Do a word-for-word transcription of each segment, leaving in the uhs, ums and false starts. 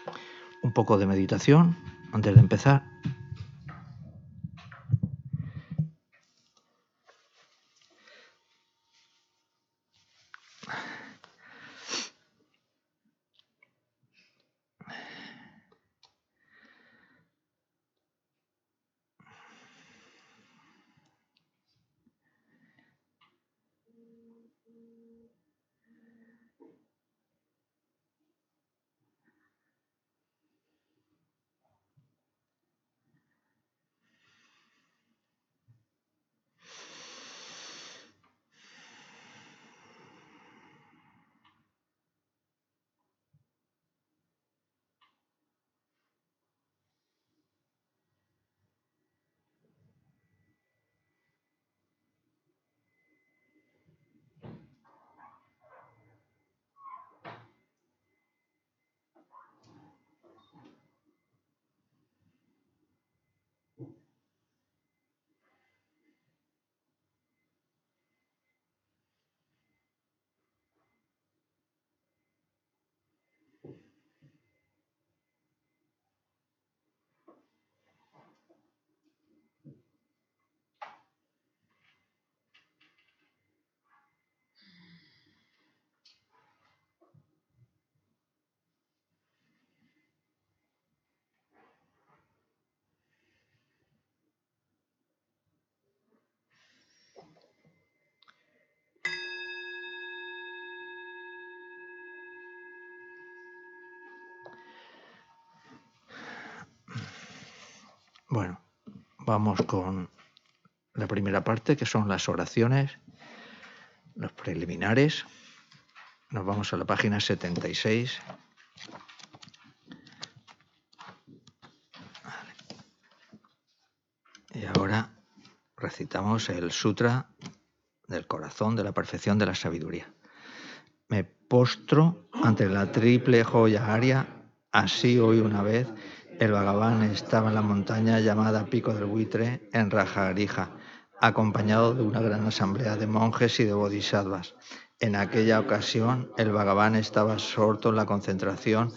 Un poco de meditación antes de empezar. Bueno, vamos con la primera parte, que son las oraciones, los preliminares. Nos vamos a la página setenta y seis. Vale. Y ahora recitamos el Sutra del Corazón de la Perfección de la Sabiduría. Me postro ante la triple joya aria, así hoy una vez. El Bhagavan estaba en la montaña llamada Pico del Buitre, en Rajagarija, acompañado de una gran asamblea de monjes y de bodhisattvas. En aquella ocasión, el Bhagavan estaba absorto en la concentración,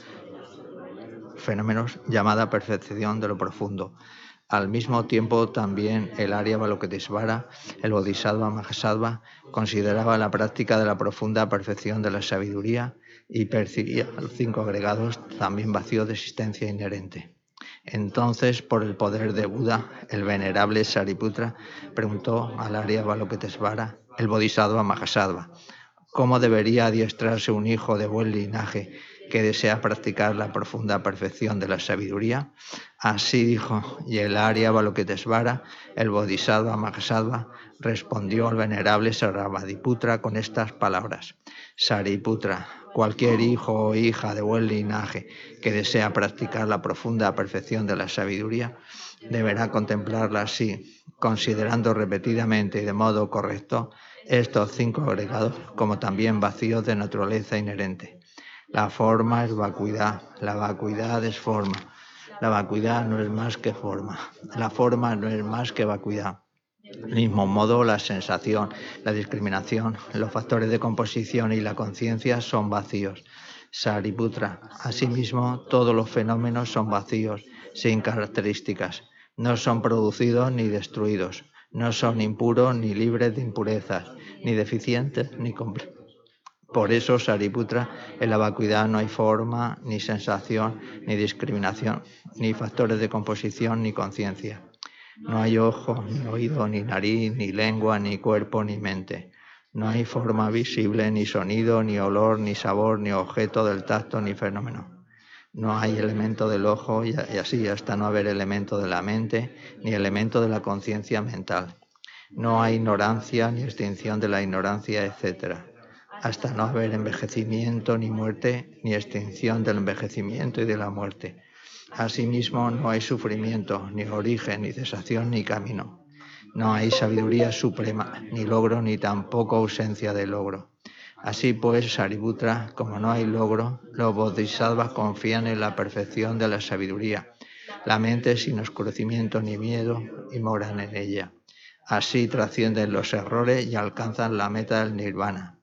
fenómenos llamada perfección de lo profundo. Al mismo tiempo, también el Arya Balokitesvara, el Bodhisattva Mahasattva, consideraba la práctica de la profunda perfección de la sabiduría y percibía los cinco agregados también vacío de existencia inherente. Entonces, por el poder de Buda, el venerable Sariputra preguntó al Arya Balokitesvara, el Bodhisattva Mahasattva, ¿cómo debería adiestrarse un hijo de buen linaje que desea practicar la profunda perfección de la sabiduría? Así dijo, y el Arya Balokitesvara, el Bodhisattva Mahasattva, respondió al venerable Sarabhatiputra con estas palabras: Sariputra, cualquier hijo o hija de buen linaje que desea practicar la profunda perfección de la sabiduría deberá contemplarla así, considerando repetidamente y de modo correcto estos cinco agregados como también vacíos de naturaleza inherente. La forma es vacuidad, la vacuidad es forma, la vacuidad no es más que forma, la forma no es más que vacuidad. Del mismo modo, la sensación, la discriminación, los factores de composición y la conciencia son vacíos. Sariputra, asimismo, todos los fenómenos son vacíos, sin características, no son producidos ni destruidos, no son impuros ni libres de impurezas, ni deficientes ni completos. Por eso, Sariputra, en la vacuidad no hay forma, ni sensación, ni discriminación, ni factores de composición, ni conciencia. No hay ojo, ni oído, ni nariz, ni lengua, ni cuerpo, ni mente. No hay forma visible, ni sonido, ni olor, ni sabor, ni objeto del tacto, ni fenómeno. No hay elemento del ojo y así hasta no haber elemento de la mente, ni elemento de la conciencia mental. No hay ignorancia, ni extinción de la ignorancia, etcétera. Hasta no haber envejecimiento, ni muerte, ni extinción del envejecimiento y de la muerte. Asimismo, no hay sufrimiento, ni origen, ni cesación, ni camino. No hay sabiduría suprema, ni logro, ni tampoco ausencia de logro. Así pues, Sariputra, como no hay logro, los bodhisattvas confían en la perfección de la sabiduría. La mente sin oscurecimiento ni miedo y moran en ella. Así trascienden los errores y alcanzan la meta del nirvana.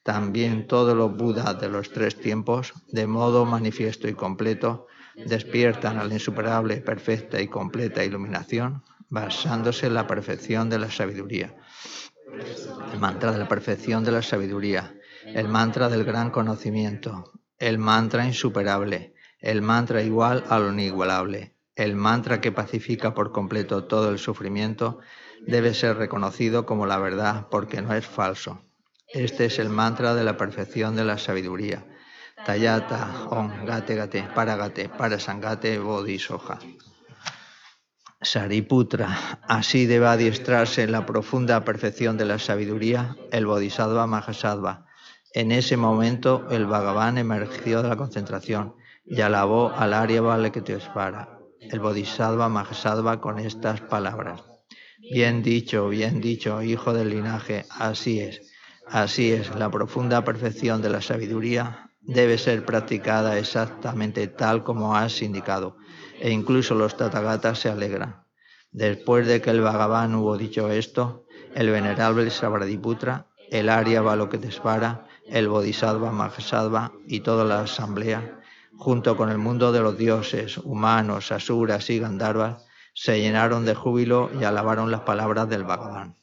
también todos los Budas de los tres tiempos, de modo manifiesto y completo, despiertan a la insuperable, perfecta y completa iluminación, basándose en la perfección de la sabiduría. El mantra de la perfección de la sabiduría, el mantra del gran conocimiento, el mantra insuperable, el mantra igual a lo inigualable, el mantra que pacifica por completo todo el sufrimiento, debe ser reconocido como la verdad porque no es falso. Este es el mantra de la perfección de la sabiduría. Tayata, Om, Gate, Gate, Paragate, Parasangate, Bodhisoja. Sariputra, así debe adiestrarse en la profunda perfección de la sabiduría el Bodhisattva Mahasattva. En ese momento el Bhagavan emergió de la concentración y alabó al Arya Balakitesvara, el Bodhisattva Mahasattva, con estas palabras. Bien dicho, bien dicho, hijo del linaje, así es. Así es, la profunda perfección de la sabiduría debe ser practicada exactamente tal como has indicado, e incluso los Tathagatas se alegran. Después de que el Bhagavan hubo dicho esto, el venerable Sabradiputra, el Arya Balokitesvara, el Bodhisattva Mahasattva y toda la asamblea, junto con el mundo de los dioses, humanos, asuras y gandharvas, se llenaron de júbilo y alabaron las palabras del Bhagavan.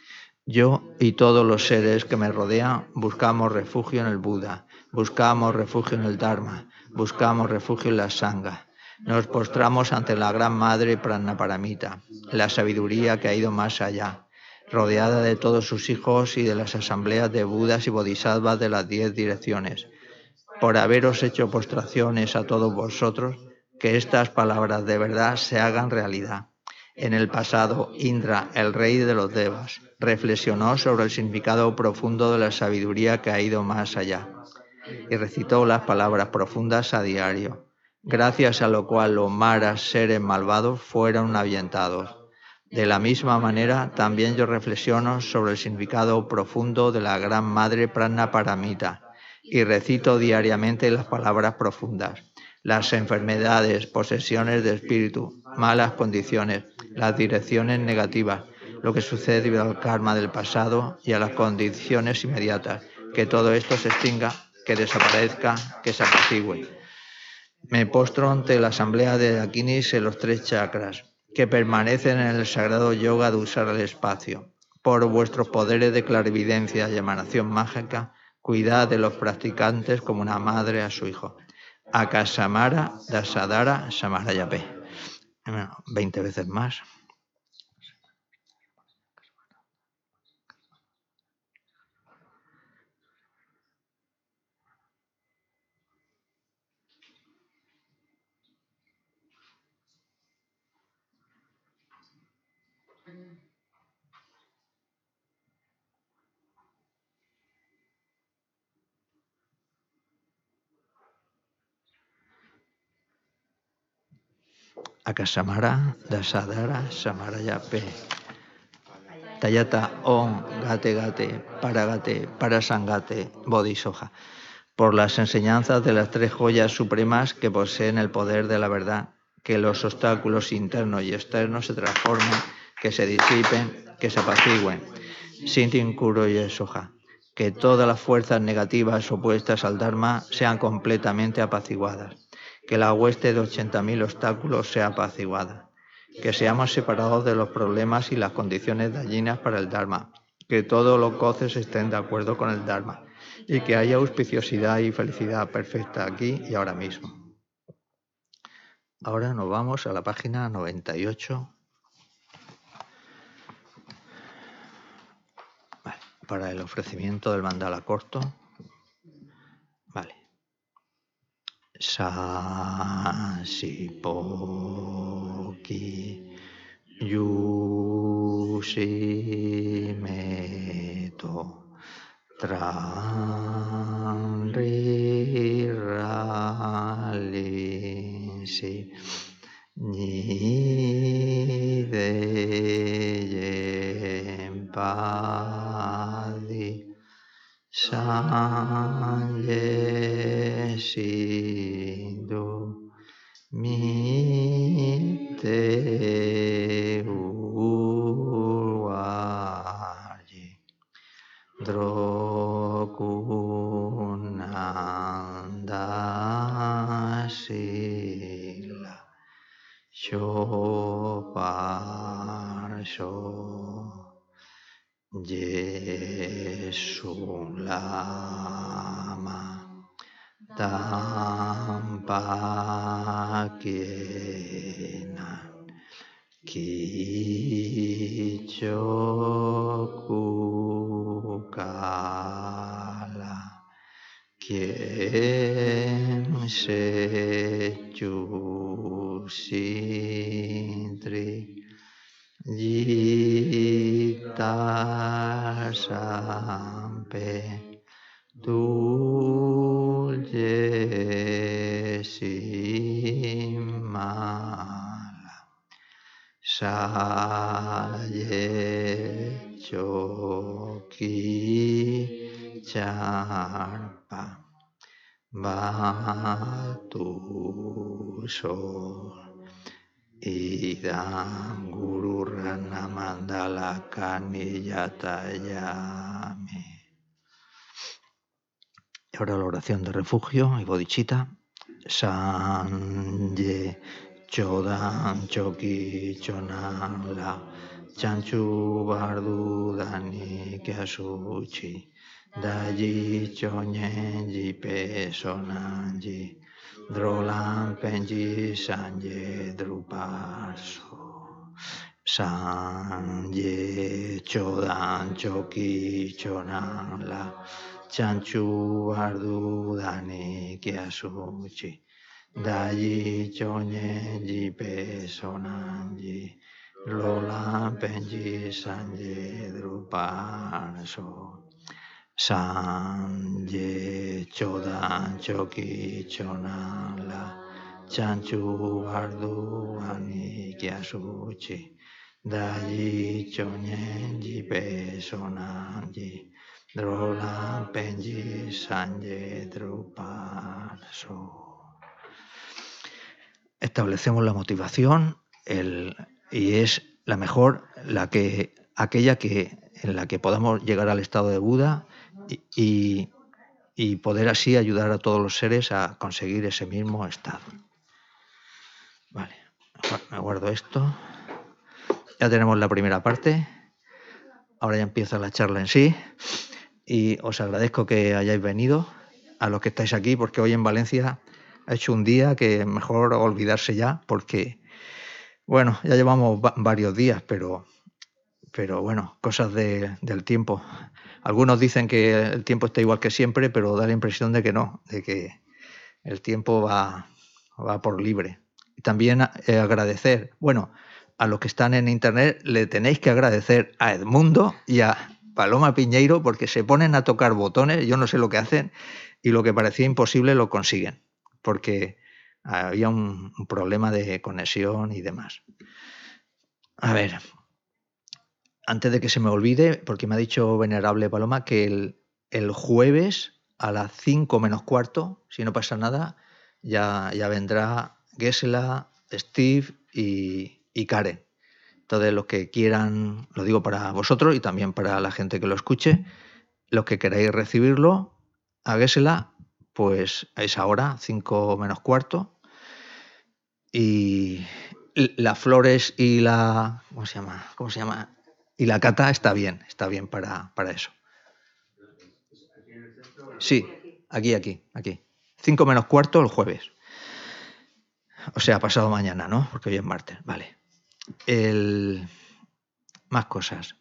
Yo y todos los seres que me rodean buscamos refugio en el Buda, buscamos refugio en el Dharma, buscamos refugio en la Sangha. Nos postramos ante la Gran Madre Prajnaparamita, la sabiduría que ha ido más allá, rodeada de todos sus hijos y de las asambleas de Budas y Bodhisattvas de las diez direcciones. Por haberos hecho postraciones a todos vosotros, que estas palabras de verdad se hagan realidad. En el pasado, Indra, el rey de los Devas, reflexionó sobre el significado profundo de la sabiduría que ha ido más allá y recitó las palabras profundas a diario, gracias a lo cual los maras, seres malvados, fueron ahuyentados. De la misma manera, también yo reflexiono sobre el significado profundo de la Gran Madre Prajnaparamita y recito diariamente las palabras profundas. Las enfermedades, posesiones de espíritu, malas condiciones, las direcciones negativas, lo que sucede debido al karma del pasado y a las condiciones inmediatas, que todo esto se extinga, que desaparezca, que se apacigüe. Me postro ante la asamblea de Dakinis en los tres chakras, que permanecen en el sagrado yoga de usar el espacio. Por vuestros poderes de clarividencia y emanación mágica, cuidad de los practicantes como una madre a su hijo. Akasamara Dasadara Samarayape. Bueno, veinte veces más. Akasamara Dasadara Samarayape. Tayata Om Gate Gate Paragate Parasangate Bodhisoja. Por las enseñanzas de las tres joyas supremas que poseen el poder de la verdad, que los obstáculos internos y externos se transformen, que se disipen, que se apacigüen. Sintin Kuro y Soja. Que todas las fuerzas negativas opuestas al Dharma sean completamente apaciguadas. Que la hueste de ochenta mil obstáculos sea apaciguada. Que seamos separados de los problemas y las condiciones dañinas para el Dharma. Que todos los goces estén de acuerdo con el Dharma. Y que haya auspiciosidad y felicidad perfecta aquí y ahora mismo. Ahora nos vamos a la página noventa y ocho. Vale, para el ofrecimiento del mandala corto. Vale. Sasipoki Yusimeto Tranriralisi Nideyempadi Sanje Sindu Mite Uwaji Dro kunanda sila shoparsho Yesulama tampakiena Kichokukala Kien Sechusintri Jita Sampe Dulce Simala Saye Choki Charpa Batu Sol Idam Guru Rana Mandala Kaniyatayami. Y ahora la oración de refugio y bodhicitta. Sanje Chodan Choki Chonan La Chanchu Bardu Dani Kyasuchi Daji Chonyen Jipe Sonanji Drolan Penji Sanje Drupaso Sanje Chodan Choki Chonan La Chanchu Bardu Dani Kyasuchi Daji Chonyen Jipe Sonanji Lola Penji Sanje Drupaso Sanje Chodan Choki Chonan La Chanchu Bardu Ani Kyasuchi Daji Chonyen Jipe Sonanji Drola Penji Sanje Drupaso. Establecemos la motivación el, y es la mejor, la que, aquella que, en la que podamos llegar al estado de Buda y, y, y poder así ayudar a todos los seres a conseguir ese mismo estado. Vale, me guardo esto. Ya tenemos la primera parte. Ahora ya empieza la charla en sí. Y os agradezco que hayáis venido, a los que estáis aquí, porque hoy en Valencia ha hecho un día que mejor olvidarse ya, porque, bueno, ya llevamos va- varios días, pero, pero bueno, cosas de, del tiempo. Algunos dicen que el tiempo está igual que siempre, pero da la impresión de que no, de que el tiempo va, va por libre. Y también eh, agradecer, bueno, a los que están en internet le tenéis que agradecer a Edmundo y a Paloma Piñeiro porque se ponen a tocar botones, yo no sé lo que hacen, y lo que parecía imposible lo consiguen, porque había un, un problema de conexión y demás. A ver, antes de que se me olvide, porque me ha dicho Venerable Paloma que el, el jueves a las cinco menos cuarto, si no pasa nada, ya, ya vendrá Gisela, Steve y, y Karen. Entonces, los que quieran, lo digo para vosotros y también para la gente que lo escuche, los que queráis recibirlo, a Gisela, pues a esa hora, cinco menos cuarto. Y las flores y la... ¿Cómo se llama? ¿Cómo se llama? Y la cata está bien, está bien para, para eso. Sí, aquí, aquí, aquí. cinco menos cuarto el jueves. O sea, pasado mañana, ¿no? Porque hoy es martes, vale. El... Más cosas.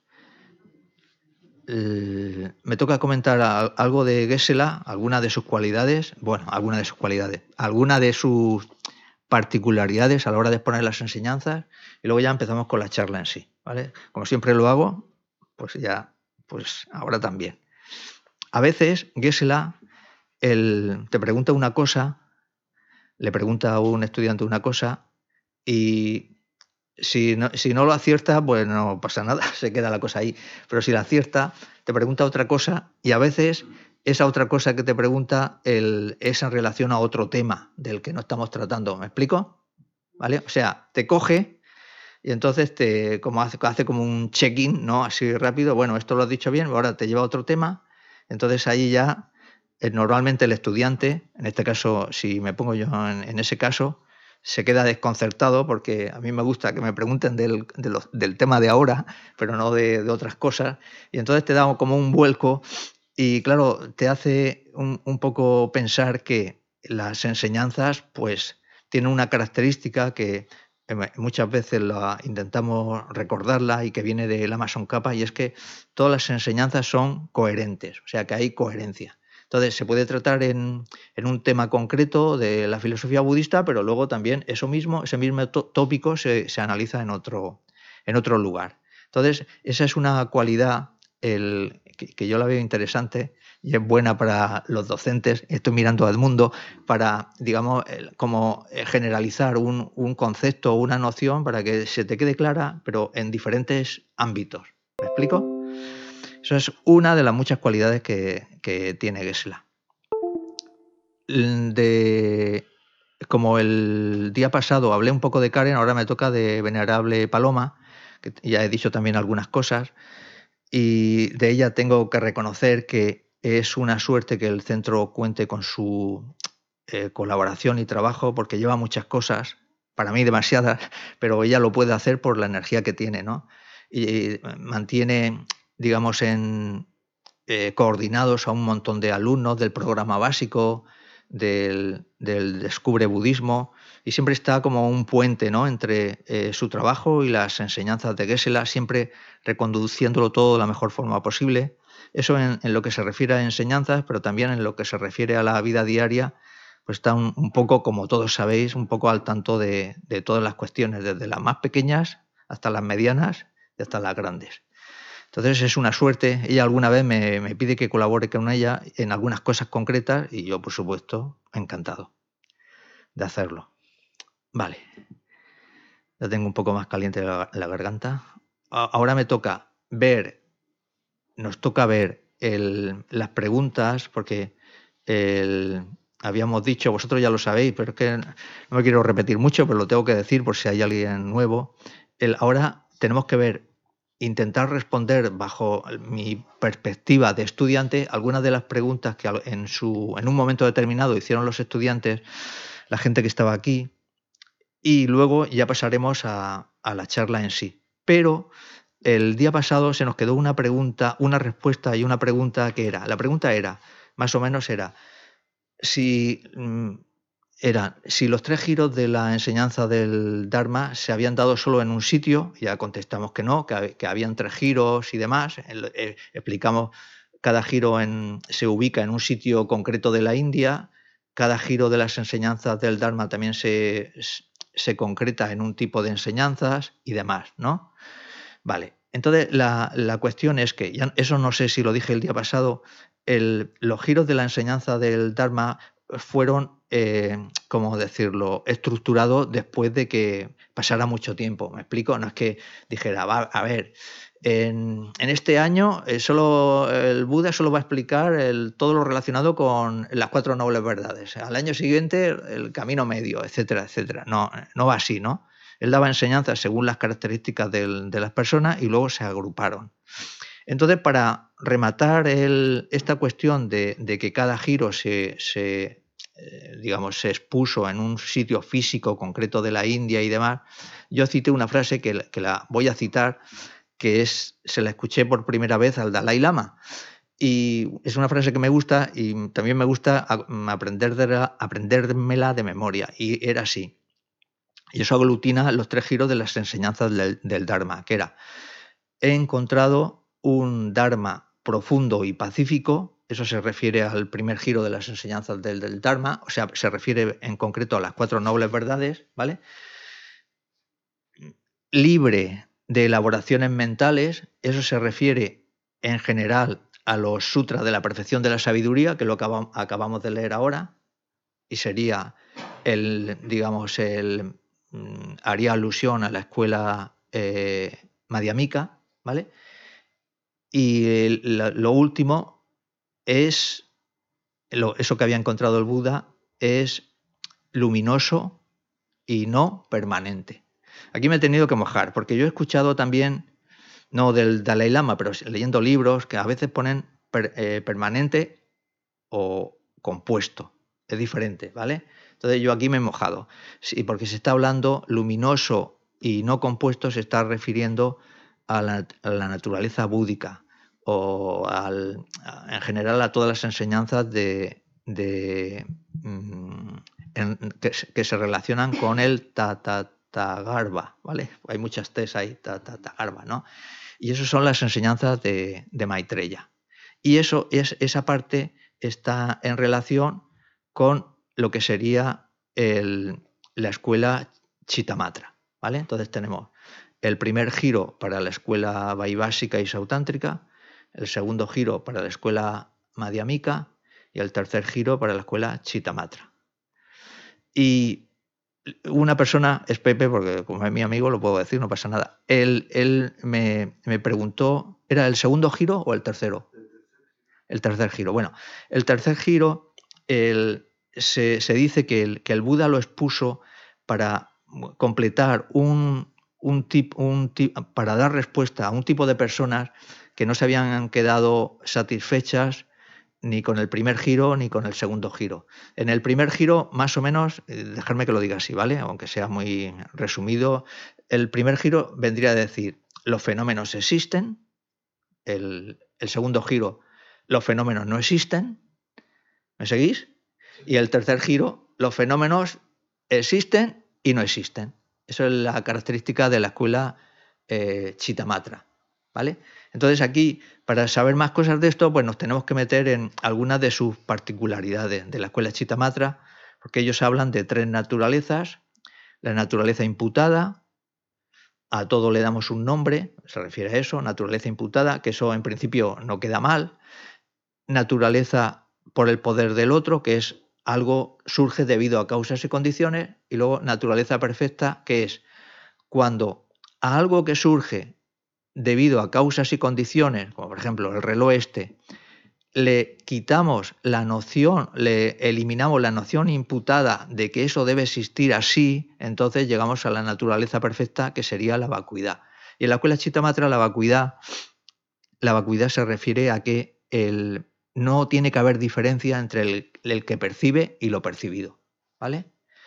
El... Me toca comentar algo de Gisela, alguna de sus cualidades, bueno, alguna de sus cualidades, alguna de sus particularidades a la hora de exponer las enseñanzas, y luego ya empezamos con la charla en sí, ¿vale? Como siempre lo hago, pues ya, pues ahora también. A veces Gisela el, te pregunta una cosa, le pregunta a un estudiante una cosa y si no, si no lo acierta, pues no pasa nada, se queda la cosa ahí. Pero si la acierta, te pregunta otra cosa y a veces esa otra cosa que te pregunta el, es en relación a otro tema del que no estamos tratando. ¿Me explico? ¿Vale? O sea, te coge y entonces te como hace, hace como un check-in, ¿no? Así rápido. Bueno, esto lo has dicho bien, ahora te lleva a otro tema. Entonces ahí ya eh, normalmente el estudiante, en este caso, si me pongo yo en, en ese caso, se queda desconcertado porque a mí me gusta que me pregunten del, de los, del tema de ahora, pero no de, de otras cosas, y entonces te da como un vuelco y claro, te hace un, un poco pensar que las enseñanzas pues tienen una característica que eh, muchas veces la intentamos recordarla y que viene de la Mason Capa, y es que todas las enseñanzas son coherentes, o sea que hay coherencia. Entonces se puede tratar en, en un tema concreto de la filosofía budista, pero luego también eso mismo, ese mismo tópico se, se analiza en otro, en otro lugar. Entonces esa es una cualidad el, que, que yo la veo interesante y es buena para los docentes. Estoy mirando al mundo para, digamos, el, como generalizar un, un concepto o una noción para que se te quede clara, pero en diferentes ámbitos. ¿Me explico? Eso es una de las muchas cualidades que, que tiene Geshe-la. De, como el día pasado hablé un poco de Karen, ahora me toca de Venerable Paloma, que ya he dicho también algunas cosas, y de ella tengo que reconocer que es una suerte que el centro cuente con su eh, colaboración y trabajo, porque lleva muchas cosas, para mí demasiadas, pero ella lo puede hacer por la energía que tiene, ¿no? Y mantiene, digamos, en, eh, coordinados a un montón de alumnos del programa básico, del, del Descubre Budismo, y siempre está como un puente, ¿no?, entre eh, su trabajo y las enseñanzas de Geshe-la, siempre reconduciéndolo todo de la mejor forma posible. Eso en, en lo que se refiere a enseñanzas, pero también en lo que se refiere a la vida diaria, pues está un, un poco, como todos sabéis, un poco al tanto de, de todas las cuestiones, desde las más pequeñas hasta las medianas y hasta las grandes. Entonces es una suerte. Ella alguna vez me, me pide que colabore con ella en algunas cosas concretas y yo, por supuesto, encantado de hacerlo. Vale. Ya tengo un poco más caliente la, la garganta. Ahora me toca ver, nos toca ver el, las preguntas, porque el, habíamos dicho, vosotros ya lo sabéis, pero es que no me quiero repetir mucho, pero lo tengo que decir por si hay alguien nuevo. El, ahora tenemos que ver, intentar responder bajo mi perspectiva de estudiante algunas de las preguntas que en, su, en un momento determinado hicieron los estudiantes, la gente que estaba aquí, y luego ya pasaremos a, a la charla en sí. Pero el día pasado se nos quedó una pregunta, una respuesta y una pregunta que era, la pregunta era, más o menos era, si... Mmm, Era, si los tres giros de la enseñanza del Dharma se habían dado solo en un sitio, ya contestamos que no, que, que habían tres giros y demás. El, eh, explicamos, cada giro en, se ubica en un sitio concreto de la India, cada giro de las enseñanzas del Dharma también se, se concreta en un tipo de enseñanzas y demás, ¿no? Vale, entonces la, la cuestión es que, ya, eso no sé si lo dije el día pasado, el, los giros de la enseñanza del Dharma fueron, eh, ¿cómo decirlo?, estructurados después de que pasara mucho tiempo. ¿Me explico? No es que dijera, va, a ver, en, en este año eh, solo el Buda solo va a explicar el, todo lo relacionado con las cuatro nobles verdades. Al año siguiente el camino medio, etcétera, etcétera. No, no va así, ¿no? Él daba enseñanzas según las características del, de las personas y luego se agruparon. Entonces, para rematar el, esta cuestión de, de que cada giro se, se, eh, digamos, se expuso en un sitio físico concreto de la India y demás, yo cité una frase que, que la voy a citar, que es, se la escuché por primera vez al Dalai Lama. Y es una frase que me gusta y también me gusta aprender de la, aprendérmela de memoria. Y era así. Y eso aglutina los tres giros de las enseñanzas del, del Dharma, que era, he encontrado un Dharma profundo y pacífico, eso se refiere al primer giro de las enseñanzas del, del Dharma, o sea, se refiere en concreto a las cuatro nobles verdades, ¿vale? Libre de elaboraciones mentales, eso se refiere en general a los sutras de la perfección de la sabiduría, que lo acabamos, acabamos de leer ahora, y sería el, digamos, el haría alusión a la escuela eh, madhyamika, ¿vale? Y el, lo, lo último es, lo, eso que había encontrado el Buda, es luminoso y no permanente. Aquí me he tenido que mojar, porque yo he escuchado también, no del Dalai Lama, pero leyendo libros, que a veces ponen per, eh, permanente o compuesto. Es diferente, ¿vale? Entonces yo aquí me he mojado. Sí, porque se está hablando luminoso y no compuesto, se está refiriendo a la, a la naturaleza búdica o al, a, en general a todas las enseñanzas de, de mmm, en, que, que se relacionan con el Tatagarbha, ¿vale? Hay muchas T's ahí, Tatagarbha, ¿no? Y esas son las enseñanzas de, de Maitreya. Y eso es, esa parte está en relación con lo que sería el, la escuela Chittamatra, ¿vale? Entonces tenemos el primer giro para la escuela Vaibhásika y Sautántrica, el segundo giro para la escuela Madhyamika y el tercer giro para la escuela Chittamatra. Y una persona, es Pepe, porque como es mi amigo lo puedo decir, no pasa nada, él, él me, me preguntó, ¿era el segundo giro o el tercero? El tercer giro. Bueno, el tercer giro el, se, se dice que el, que el Buda lo expuso para completar un, un tipo, un tip, para dar respuesta a un tipo de personas que no se habían quedado satisfechas ni con el primer giro ni con el segundo giro. En el primer giro, más o menos, dejadme que lo diga así, ¿vale? Aunque sea muy resumido, el primer giro vendría a decir, los fenómenos existen, el, el segundo giro, los fenómenos no existen, ¿me seguís? Y el tercer giro, los fenómenos existen y no existen. Eso es la característica de la escuela eh, Chittamatra, ¿vale? Entonces aquí, para saber más cosas de esto, pues nos tenemos que meter en algunas de sus particularidades de la escuela Chittamatra, porque ellos hablan de tres naturalezas: la naturaleza imputada, a todo le damos un nombre, se refiere a eso, naturaleza imputada, que eso en principio no queda mal, naturaleza por el poder del otro, que es algo surge debido a causas y condiciones, y luego naturaleza perfecta, que es cuando a algo que surge debido a causas y condiciones, como por ejemplo el reloj este, le quitamos la noción, le eliminamos la noción imputada de que eso debe existir así, entonces llegamos a la naturaleza perfecta, que sería la vacuidad. Y en la escuela Chittamatra la vacuidad, la vacuidad se refiere a que el, no tiene que haber diferencia entre el, el que percibe y lo percibido, ¿vale?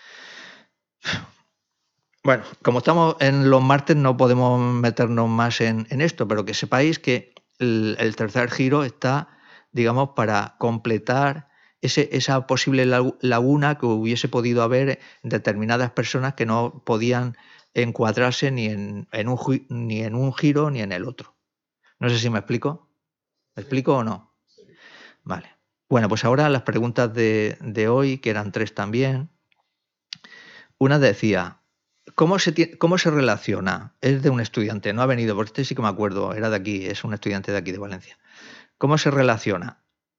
Bueno, como estamos en los martes no podemos meternos más en, en esto, pero que sepáis que el, el tercer giro está, digamos, para completar ese, esa posible laguna que hubiese podido haber en determinadas personas que no podían encuadrarse ni en, en un, ni en un giro ni en el otro. No sé si me explico. ¿Me explico o no? Vale. Bueno, pues ahora las preguntas de, de hoy, que eran tres también. Una decía, ¿cómo se, ¿cómo se relaciona? Es de un estudiante, no ha venido, porque este sí que me acuerdo, era de aquí, es un estudiante de aquí, de Valencia. ¿Cómo se relaciona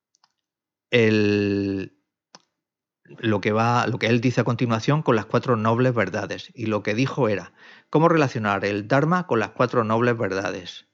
el, lo, que va, lo que él dice a continuación con las cuatro nobles verdades? Y lo que dijo era, ¿cómo relacionar el Dharma con las cuatro nobles verdades?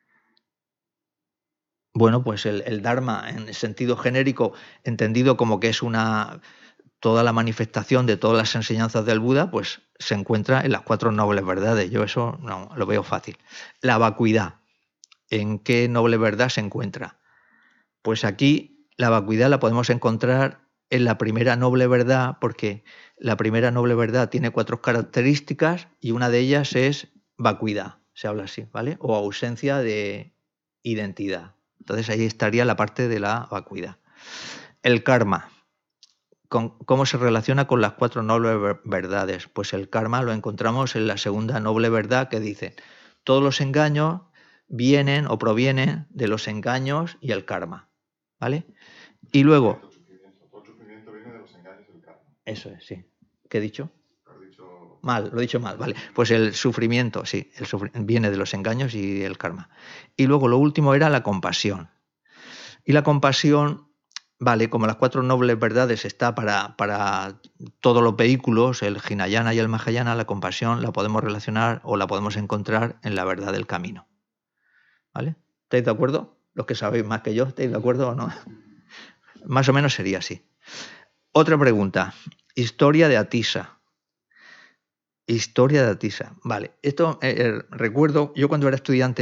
Bueno, pues el, el Dharma, en sentido genérico, entendido como que es una... toda la manifestación de todas las enseñanzas del Buda, pues se encuentra en las cuatro nobles verdades. Yo eso no lo veo fácil. La vacuidad. ¿En qué noble verdad se encuentra? Pues aquí la vacuidad la podemos encontrar en la primera noble verdad, porque la primera noble verdad tiene cuatro características y una de ellas es vacuidad, se habla así, ¿vale? O ausencia de identidad. Entonces ahí estaría la parte de la vacuidad. El karma. Con, ¿Cómo se relaciona con las cuatro nobles verdades? Pues el karma lo encontramos en la segunda noble verdad, que dice, todos los engaños vienen o provienen de los engaños y el karma, ¿vale? Y luego... Todo el sufrimiento viene de los engaños y el karma. Eso es, sí. ¿Qué he dicho? Lo has dicho... Mal, lo he dicho mal, vale. Pues el sufrimiento, sí, el sufri- viene de los engaños y el karma. Y luego lo último era la compasión. Y la compasión... Vale, como las cuatro nobles verdades está para, para todos los vehículos, el Hinayana y el Mahayana, la compasión la podemos relacionar o la podemos encontrar en la verdad del camino. ¿Vale? ¿Estáis de acuerdo? Los que sabéis más que yo, ¿estáis de acuerdo o no? Más o menos sería así. Otra pregunta. Historia de Atisa. Historia de Atisa. Vale, esto eh, recuerdo, yo cuando era estudiante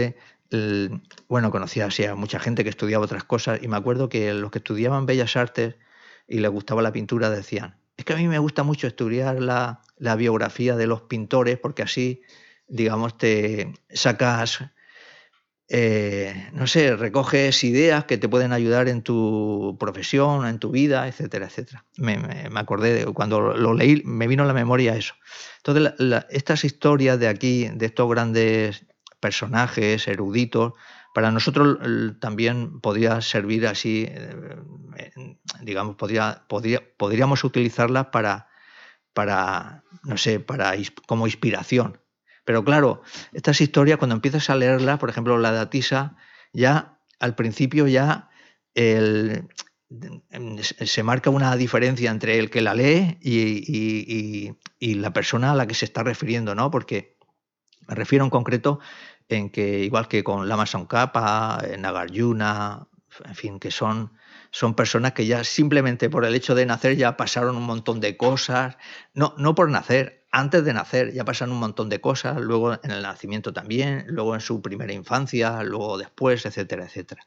el, bueno, conocía así a mucha gente que estudiaba otras cosas y me acuerdo que los que estudiaban Bellas Artes y les gustaba la pintura decían, es que a mí me gusta mucho estudiar la, la biografía de los pintores porque así, digamos, te sacas, eh, no sé, recoges ideas que te pueden ayudar en tu profesión, en tu vida, etcétera, etcétera. Me, me, me acordé, de, cuando lo, lo leí, me vino a la memoria eso. Entonces, la, la, estas historias de aquí, de estos grandes personajes eruditos, para nosotros también podría servir así, eh, digamos, podría, podría, podríamos utilizarlas para, para, no sé, para, como inspiración. Pero claro, estas historias cuando empiezas a leerlas, por ejemplo la de Atisa, ya al principio ya el, se marca una diferencia entre el que la lee y, y, y, y la persona a la que se está refiriendo, ¿no? Porque me refiero en concreto en que, igual que con Lama Tsongkhapa, Nagarjuna, en fin, que son, son personas que ya simplemente por el hecho de nacer ya pasaron un montón de cosas, no, no por nacer, antes de nacer ya pasaron un montón de cosas, luego en el nacimiento también, luego en su primera infancia, luego después, etcétera, etcétera.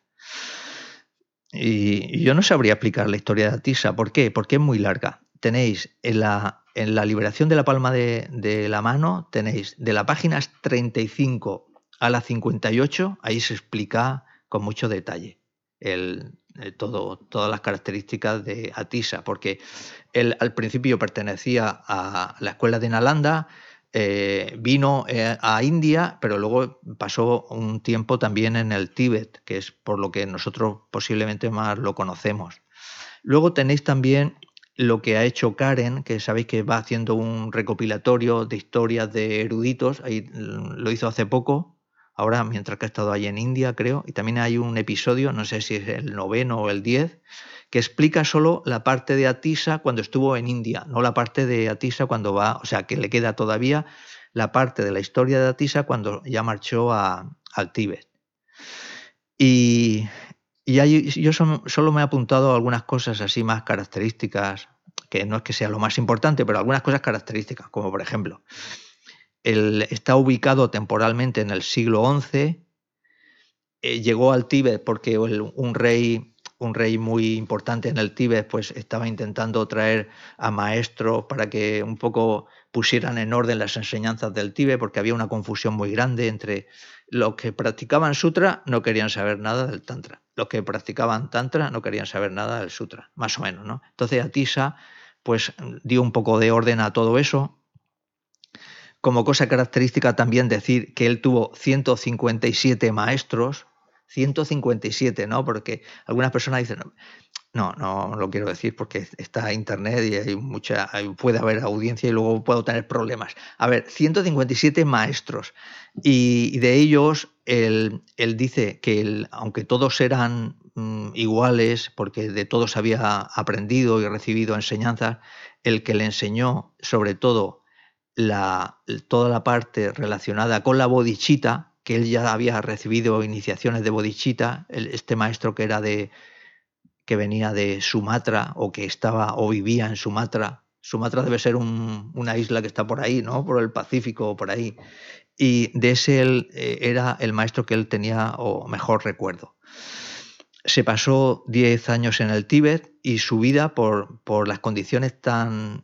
Y, y yo no sabría explicar la historia de Atisa. ¿Por qué? Porque es muy larga. Tenéis en la, en la liberación de la palma de, de la mano, tenéis de las páginas treinta y cinco a la cincuenta y ocho, ahí se explica con mucho detalle el, el todo, todas las características de Atisa, porque él al principio pertenecía a la escuela de Nalanda, eh, vino eh, a India, pero luego pasó un tiempo también en el Tíbet, que es por lo que nosotros posiblemente más lo conocemos. Luego tenéis también lo que ha hecho Karen, que sabéis que va haciendo un recopilatorio de historias de eruditos, ahí lo hizo hace poco, ahora mientras que ha estado ahí en India, creo, y también hay un episodio, no sé si es el noveno o el diez, que explica solo la parte de Atisa cuando estuvo en India, no la parte de Atisa cuando va, o sea, que le queda todavía la parte de la historia de Atisa cuando ya marchó a, al Tíbet. Y, y ahí, yo son, solo me he apuntado a algunas cosas así más características, que no es que sea lo más importante, pero algunas cosas características, como por ejemplo, el, está ubicado temporalmente en el siglo once, eh, llegó al Tíbet porque el, un rey... un rey muy importante en el Tíbet, pues estaba intentando traer a maestros para que un poco pusieran en orden las enseñanzas del Tíbet, porque había una confusión muy grande entre los que practicaban sutra, no querían saber nada del tantra. Los que practicaban tantra no querían saber nada del sutra, más o menos, ¿no? Entonces Atisa pues dio un poco de orden a todo eso. Como cosa característica también decir que él tuvo ciento cincuenta y siete maestros, ciento cincuenta y siete, ¿no? Porque algunas personas dicen, no, no lo quiero decir porque está internet y hay mucha, puede haber audiencia y luego puedo tener problemas. A ver, ciento cincuenta y siete maestros y de ellos él, él dice que él, aunque todos eran mm, iguales, porque de todos había aprendido y recibido enseñanzas, el que le enseñó sobre todo la, toda la parte relacionada con la bodhicitta, que él ya había recibido iniciaciones de bodhicitta, el, este maestro que era de que venía de Sumatra o que estaba o vivía en Sumatra. Sumatra debe ser un, una isla que está por ahí, ¿no? Por el Pacífico o por ahí. Y de ese él, eh, era el maestro que él tenía o mejor recuerdo. Se pasó diez años en el Tíbet y su vida, por, por las condiciones tan,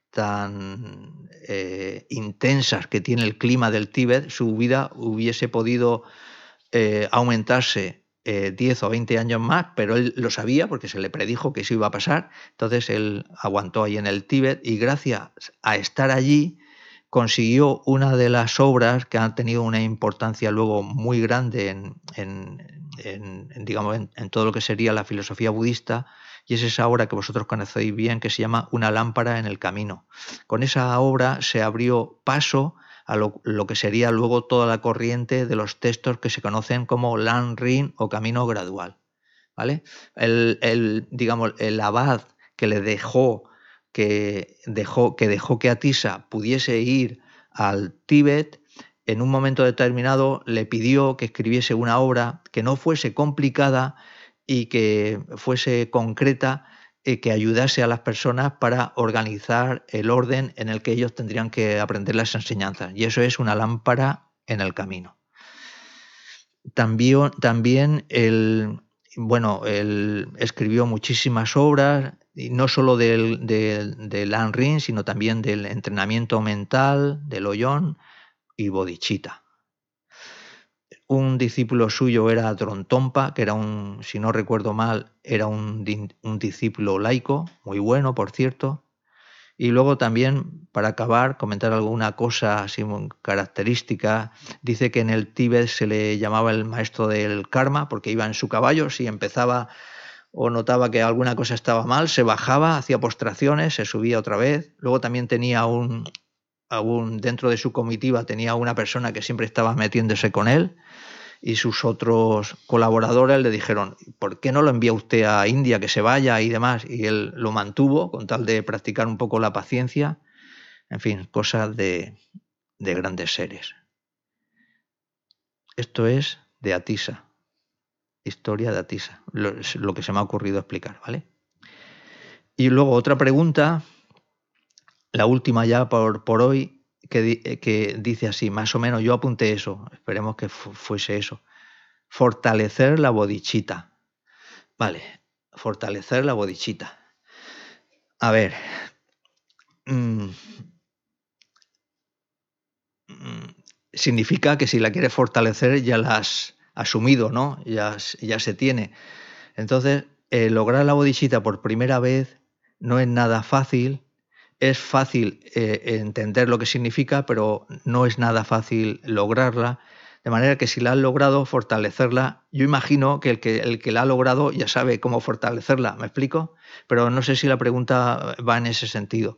tan eh, intensas que tiene el clima del Tíbet, su vida hubiese podido eh, aumentarse eh, diez o veinte años más, pero él lo sabía porque se le predijo que eso iba a pasar. Entonces él aguantó ahí en el Tíbet y gracias a estar allí consiguió una de las obras que han tenido una importancia luego muy grande en, en, en, en digamos, en, en todo lo que sería la filosofía budista, y es esa obra que vosotros conocéis bien, que se llama Una lámpara en el camino. Con esa obra se abrió paso a lo, lo que sería luego toda la corriente de los textos que se conocen como Lan Rin o camino gradual, ¿vale? El, el, digamos, el abad que le dejó que dejó que, dejó que Atisa pudiese ir al Tíbet, en un momento determinado le pidió que escribiese una obra que no fuese complicada y que fuese concreta, eh, que ayudase a las personas para organizar el orden en el que ellos tendrían que aprender las enseñanzas. Y eso es Una lámpara en el camino. también, también él, bueno, él escribió muchísimas obras, y no solo del, del, del Ayn Rand, sino también del entrenamiento mental, del Ollón y Bodhicitta. Un discípulo suyo era Drontompa, que era un, si no recuerdo mal, era un, un discípulo laico, muy bueno, por cierto. Y luego también, para acabar, comentar alguna cosa así muy característica. Dice que en el Tíbet se le llamaba el maestro del karma, porque iba en su caballo, si empezaba o notaba que alguna cosa estaba mal, se bajaba, hacía postraciones, se subía otra vez. Luego también tenía un, un dentro de su comitiva tenía una persona que siempre estaba metiéndose con él, y sus otros colaboradores le dijeron, ¿por qué no lo envía usted a India, que se vaya y demás? Y él lo mantuvo con tal de practicar un poco la paciencia. En fin, cosas de, de grandes seres. Esto es de Atisa, historia de Atisa, lo, lo que se me ha ocurrido explicar, ¿vale? Y luego otra pregunta, la última ya por, por hoy, que, que dice así, más o menos, yo apunté eso, esperemos que fu- fuese eso. Fortalecer la bodhicitta. Vale, fortalecer la bodhicitta. A ver, mmm, mmm, significa que si la quieres fortalecer ya la has asumido, ¿no? Ya, ya se tiene. Entonces, eh, lograr la bodhicitta por primera vez no es nada fácil. Es fácil eh, entender lo que significa, pero no es nada fácil lograrla. De manera que si la has logrado, fortalecerla, yo imagino que el, que el que la ha logrado ya sabe cómo fortalecerla, ¿me explico? Pero no sé si la pregunta va en ese sentido.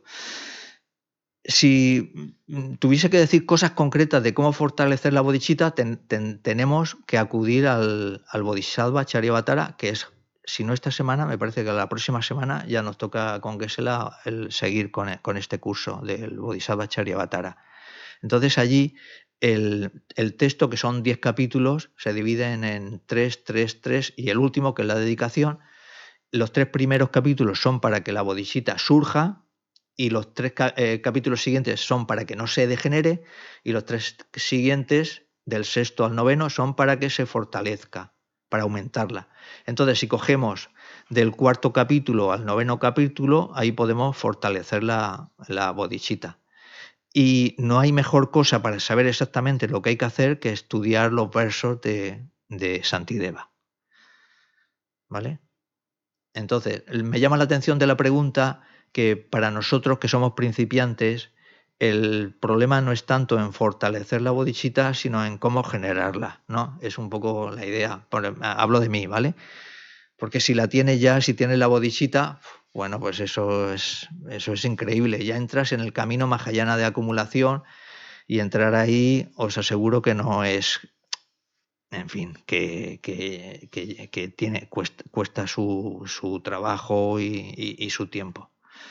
Si tuviese que decir cosas concretas de cómo fortalecer la bodhicitta, ten, ten, tenemos que acudir al, al Bodhisattva Charyavatara, que es, si no esta semana, me parece que la próxima semana ya nos toca con Geshe-la el seguir con, con este curso del Bodhisattva Charyavatara. Entonces allí el, el texto, que son diez capítulos, se dividen en tres, tres, tres, y el último, que es la dedicación. Los tres primeros capítulos son para que la bodhicitta surja, y los tres eh, capítulos siguientes son para que no se degenere, y los tres siguientes, del sexto al noveno, son para que se fortalezca, para aumentarla. Entonces, si cogemos del cuarto capítulo al noveno capítulo, ahí podemos fortalecer la, la bodhicitta. Y no hay mejor cosa para saber exactamente lo que hay que hacer que estudiar los versos de, de Shantideva. ¿Vale? Entonces, me llama la atención de la pregunta que para nosotros que somos principiantes, el problema no es tanto en fortalecer la bodhicitta, sino en cómo generarla, ¿no? Es un poco la idea. Hablo de mí, ¿vale? Porque si la tienes ya, si tienes la bodhicitta, bueno, pues eso es, eso es increíble. Ya entras en el camino mahayana de acumulación, y entrar ahí os aseguro que no es... En fin, que, que, que, que tiene, cuesta, cuesta su, su trabajo y, y, y su tiempo.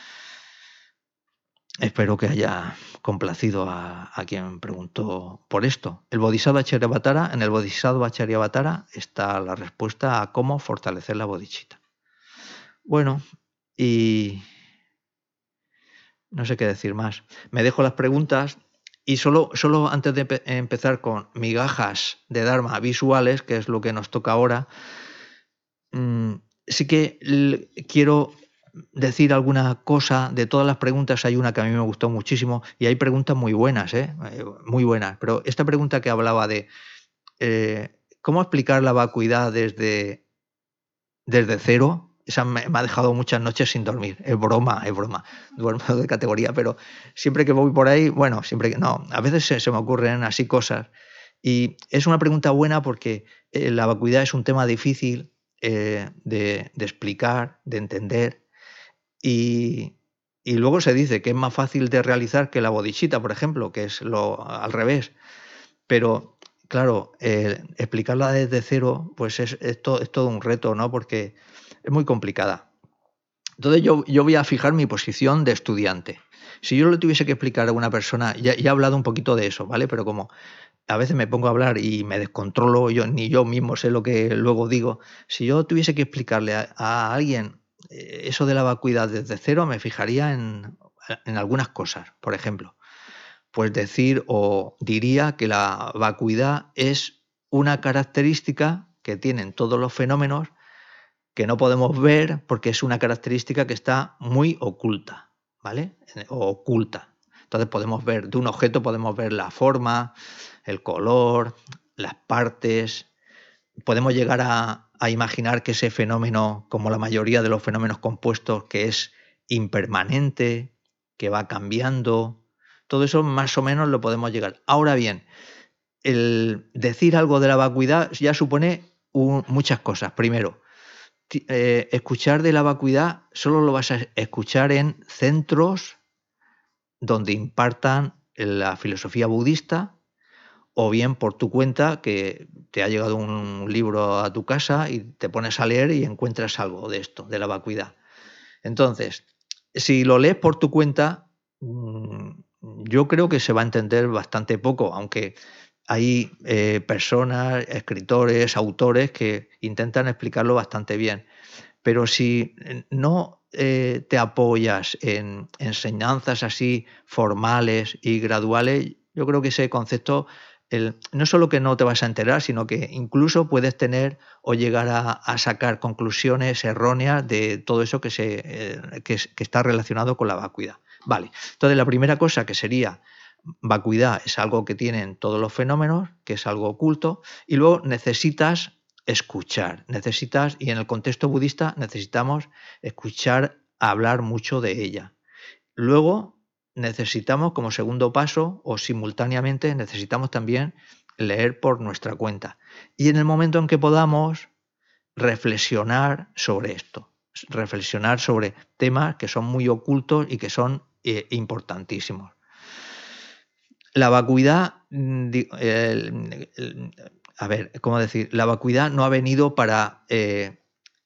Espero que haya complacido a, a quien preguntó por esto. El Bodhisattva Charyavatara, en el Bodhisattva Charyavatara está la respuesta a cómo fortalecer la bodhicitta. Bueno, y no sé qué decir más. Me dejo las preguntas. Y solo, solo antes de pe- empezar con migajas de Dharma visuales, que es lo que nos toca ahora, mmm, sí que l- quiero decir alguna cosa. De todas las preguntas hay una que a mí me gustó muchísimo, y hay preguntas muy buenas, ¿eh? Eh, muy buenas. Pero esta pregunta que hablaba de eh, cómo explicar la vacuidad desde, desde cero, esa me, me ha dejado muchas noches sin dormir. Es broma, es broma. Duermo de categoría, pero siempre que voy por ahí, bueno, siempre que no, a veces se, se me ocurren así cosas. Y es una pregunta buena porque eh, la vacuidad es un tema difícil eh, de, de explicar, de entender. Y, y luego se dice que es más fácil de realizar que la bodhicitta, por ejemplo, que es lo al revés. Pero, claro, eh, explicarla desde cero, pues es, es, to, es todo un reto, ¿no? Porque es muy complicada. Entonces yo, yo voy a fijar mi posición de estudiante. Si yo le tuviese que explicar a una persona, ya, ya he hablado un poquito de eso, ¿vale? Pero como a veces me pongo a hablar y me descontrolo, yo, ni yo mismo sé lo que luego digo. Si yo tuviese que explicarle a, a alguien eh, eso de la vacuidad desde cero, me fijaría en, en algunas cosas. Por ejemplo, pues decir o diría que la vacuidad es una característica que tienen todos los fenómenos que no podemos ver porque es una característica que está muy oculta, ¿vale? O oculta. Entonces podemos ver, de un objeto podemos ver la forma, el color, las partes. Podemos llegar a, a imaginar que ese fenómeno, como la mayoría de los fenómenos compuestos, que es impermanente, que va cambiando. Todo eso más o menos lo podemos llegar. Ahora bien, el decir algo de la vacuidad ya supone un, muchas cosas. Primero, eh, escuchar de la vacuidad solo lo vas a escuchar en centros donde impartan la filosofía budista, o bien por tu cuenta, que te ha llegado un libro a tu casa y te pones a leer y encuentras algo de esto, de la vacuidad. Entonces, si lo lees por tu cuenta, yo creo que se va a entender bastante poco, aunque hay eh, personas, escritores, autores que intentan explicarlo bastante bien. Pero si no eh, te apoyas en enseñanzas así formales y graduales, yo creo que ese concepto, el, no solo que no te vas a enterar, sino que incluso puedes tener o llegar a, a sacar conclusiones erróneas de todo eso que, se, eh, que, que está relacionado con la vacuidad. Vale, entonces la primera cosa que sería vacuidad es algo que tienen todos los fenómenos, que es algo oculto, y luego necesitas escuchar, necesitas, y en el contexto budista necesitamos escuchar hablar mucho de ella. Luego necesitamos, como segundo paso, o simultáneamente, necesitamos también leer por nuestra cuenta. Y en el momento en que podamos, reflexionar sobre esto, reflexionar sobre temas que son muy ocultos y que son eh, importantísimos. La vacuidad, el, el, a ver, ¿cómo decir? La vacuidad no ha venido para eh,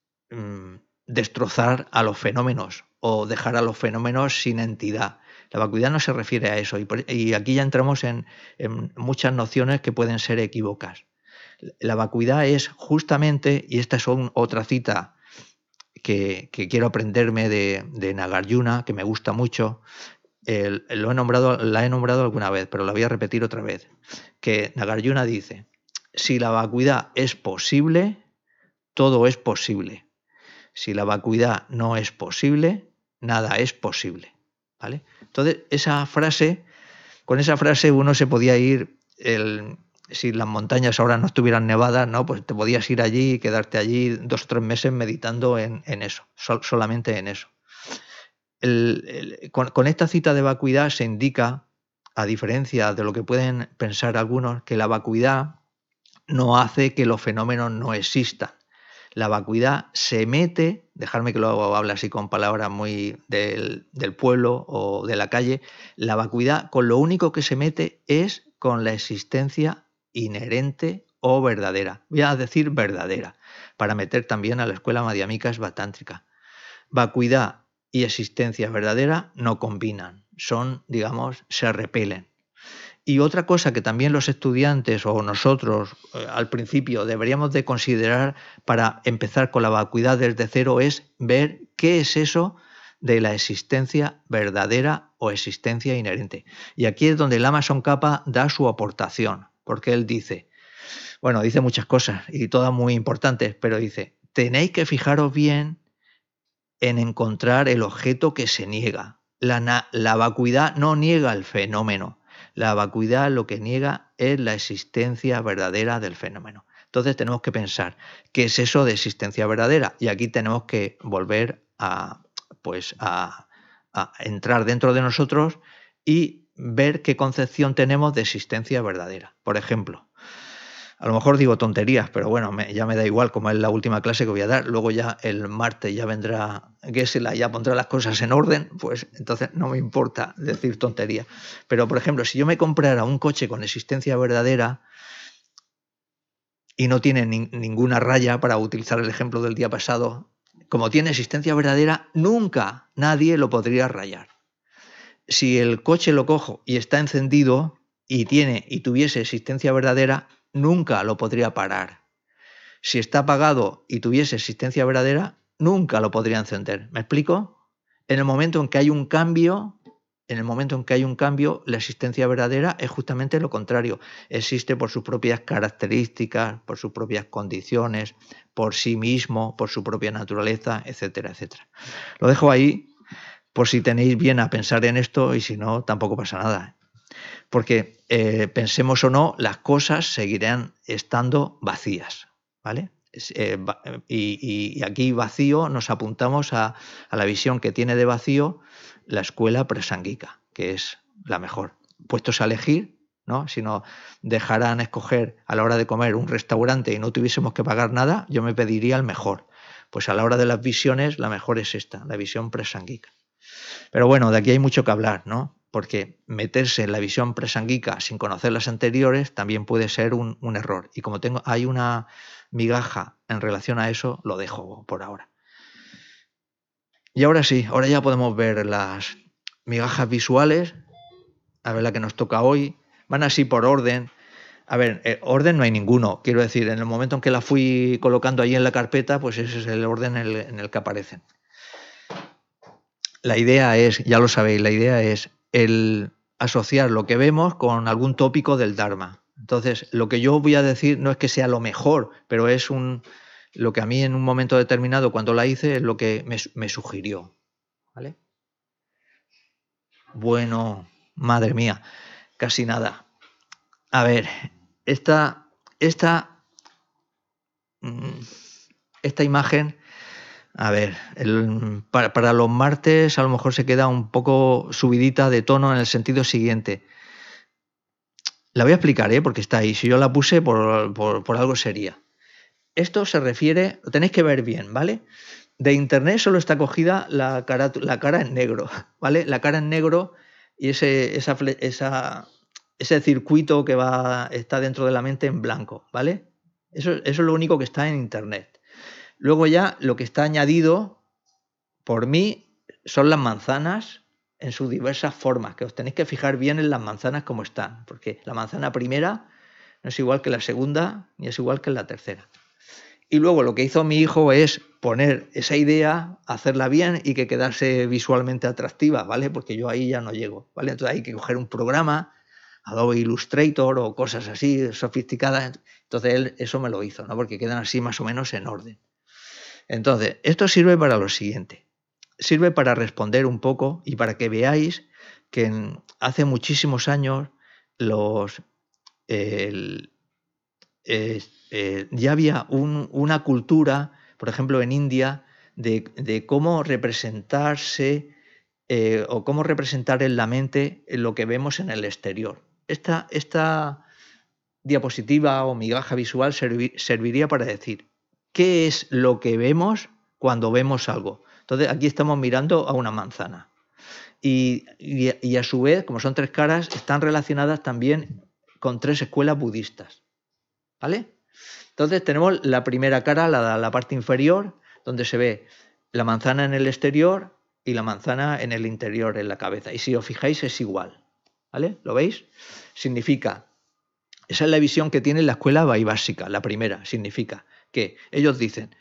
destrozar a los fenómenos o dejar a los fenómenos sin entidad. La vacuidad no se refiere a eso y, por, y aquí ya entramos en, en muchas nociones que pueden ser equívocas. La vacuidad es justamente, y esta es un, otra cita que, que quiero aprenderme de, de Nagarjuna, que me gusta mucho. El, lo he nombrado, la he nombrado alguna vez, pero la voy a repetir otra vez, que Nagarjuna dice: si la vacuidad es posible, todo es posible. Si la vacuidad no es posible, nada es posible, ¿vale? Entonces, esa frase, con esa frase uno se podía ir, el, si las montañas ahora no estuvieran nevadas, ¿no? Pues te podías ir allí y quedarte allí dos o tres meses meditando en, en eso, sol, solamente en eso. El, el, con, con esta cita de vacuidad se indica, a diferencia de lo que pueden pensar algunos, que la vacuidad no hace que los fenómenos no existan. La vacuidad se mete, dejarme que lo hable así con palabras muy del, del pueblo o de la calle, la vacuidad con lo único que se mete es con la existencia inherente o verdadera. Voy a decir verdadera, para meter también a la escuela madhyamika svastántrica. Vacuidad y existencia verdadera no combinan, son, digamos, se repelen. Y otra cosa que también los estudiantes o nosotros eh, al principio deberíamos de considerar para empezar con la vacuidad desde cero es ver qué es eso de la existencia verdadera o existencia inherente. Y aquí es donde Lama Tsongkhapa da su aportación, porque él dice, bueno, dice muchas cosas y todas muy importantes, pero dice, tenéis que fijaros bien en encontrar el objeto que se niega. La, la vacuidad no niega el fenómeno. La vacuidad lo que niega es la existencia verdadera del fenómeno. Entonces tenemos que pensar, ¿qué es eso de existencia verdadera? Y aquí tenemos que volver a, pues, a, a entrar dentro de nosotros y ver qué concepción tenemos de existencia verdadera. Por ejemplo, a lo mejor digo tonterías, pero bueno, me, ya me da igual, como es la última clase que voy a dar. Luego ya el martes ya vendrá Geshe-la, ya pondrá las cosas en orden, pues entonces no me importa decir tonterías. Pero, por ejemplo, si yo me comprara un coche con existencia verdadera y no tiene ni, ninguna raya, para utilizar el ejemplo del día pasado, como tiene existencia verdadera, nunca nadie lo podría rayar. Si el coche lo cojo y está encendido y tiene y tuviese existencia verdadera, nunca lo podría parar. Si está apagado y tuviese existencia verdadera, nunca lo podría encender. ¿Me explico? En el momento en que hay un cambio, en el momento en que hay un cambio, la existencia verdadera es justamente lo contrario. Existe por sus propias características, por sus propias condiciones, por sí mismo, por su propia naturaleza, etcétera, etcétera. Lo dejo ahí por si tenéis bien a pensar en esto y si no, tampoco pasa nada. Porque eh, pensemos o no, las cosas seguirán estando vacías, ¿vale? Eh, y, y aquí vacío nos apuntamos a, a la visión que tiene de vacío la escuela presánghica, que es la mejor. Puestos a elegir, ¿no? Si nos dejaran escoger a la hora de comer un restaurante y no tuviésemos que pagar nada, yo me pediría el mejor. Pues a la hora de las visiones, la mejor es esta, la visión presánghica. Pero bueno, de aquí hay mucho que hablar, ¿no? Porque meterse en la visión presánghica sin conocer las anteriores también puede ser un, un error. Y como tengo, hay una migaja en relación a eso, lo dejo por ahora. Y ahora sí, ahora ya podemos ver las migajas visuales, a ver la que nos toca hoy. Van así por orden. A ver, eh, orden no hay ninguno. Quiero decir, en el momento en que la fui colocando ahí en la carpeta, pues ese es el orden en el, en el que aparecen. La idea es, ya lo sabéis, la idea es el asociar lo que vemos con algún tópico del Dharma. Entonces, lo que yo voy a decir no es que sea lo mejor, pero es un, lo que a mí en un momento determinado, cuando la hice, es lo que me, me sugirió. ¿Vale? Bueno, madre mía, casi nada. A ver, esta, esta, esta imagen... A ver, el, para, para los martes a lo mejor se queda un poco subidita de tono en el sentido siguiente. La voy a explicar, ¿eh? Porque está ahí. Si yo la puse, por, por, por algo sería. Esto se refiere, lo tenéis que ver bien, ¿vale? De internet solo está cogida la cara, la cara en negro, ¿vale? La cara en negro y ese, esa, esa, ese circuito que va, está dentro de la mente en blanco, ¿vale? Eso, eso es lo único que está en internet. Luego ya lo que está añadido por mí son las manzanas en sus diversas formas, que os tenéis que fijar bien en las manzanas como están, porque la manzana primera no es igual que la segunda, ni es igual que la tercera. Y luego lo que hizo mi hijo es poner esa idea, hacerla bien y que quedase visualmente atractiva, ¿vale? Porque yo ahí ya no llego, ¿vale? Entonces hay que coger un programa, Adobe Illustrator o cosas así sofisticadas. Entonces él eso me lo hizo, ¿no? Porque quedan así más o menos en orden. Entonces, esto sirve para lo siguiente. Sirve para responder un poco y para que veáis que en, hace muchísimos años los, el, eh, eh, ya había un, una cultura, por ejemplo en India, de, de cómo representarse eh, o cómo representar en la mente lo que vemos en el exterior. Esta, esta diapositiva o migaja visual servi, serviría para decir ¿qué es lo que vemos cuando vemos algo? Entonces, aquí estamos mirando a una manzana. Y, y, y a su vez, como son tres caras, están relacionadas también con tres escuelas budistas. ¿Vale? Entonces, tenemos la primera cara, la, la parte inferior, donde se ve la manzana en el exterior y la manzana en el interior, en la cabeza. Y si os fijáis, es igual. ¿Vale? ¿Lo veis? Significa... Esa es la visión que tiene la escuela vaibhásica, la primera. Significa que ellos dicen,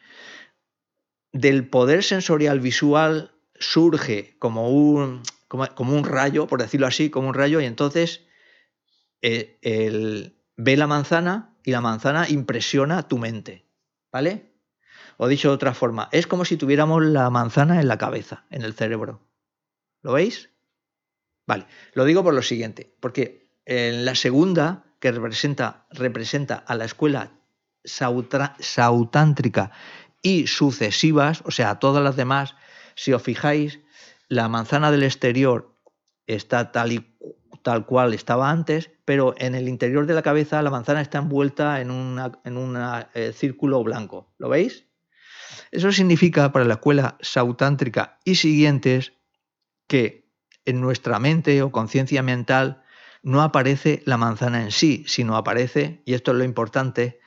del poder sensorial visual surge como un, como, como un rayo, por decirlo así, como un rayo, y entonces eh, el, ve la manzana y la manzana impresiona tu mente, ¿vale? O dicho de otra forma, es como si tuviéramos la manzana en la cabeza, en el cerebro. ¿Lo veis? Vale, lo digo por lo siguiente, porque en la segunda, que representa, representa a la escuela sautra, sautántrica y sucesivas, o sea, a todas las demás, si os fijáis, la manzana del exterior está tal, y, tal cual estaba antes, pero en el interior de la cabeza la manzana está envuelta en un en una, eh, círculo blanco. ¿Lo veis? Eso significa para la escuela sautántrica y siguientes que en nuestra mente o conciencia mental no aparece la manzana en sí, sino aparece, y esto es lo importante,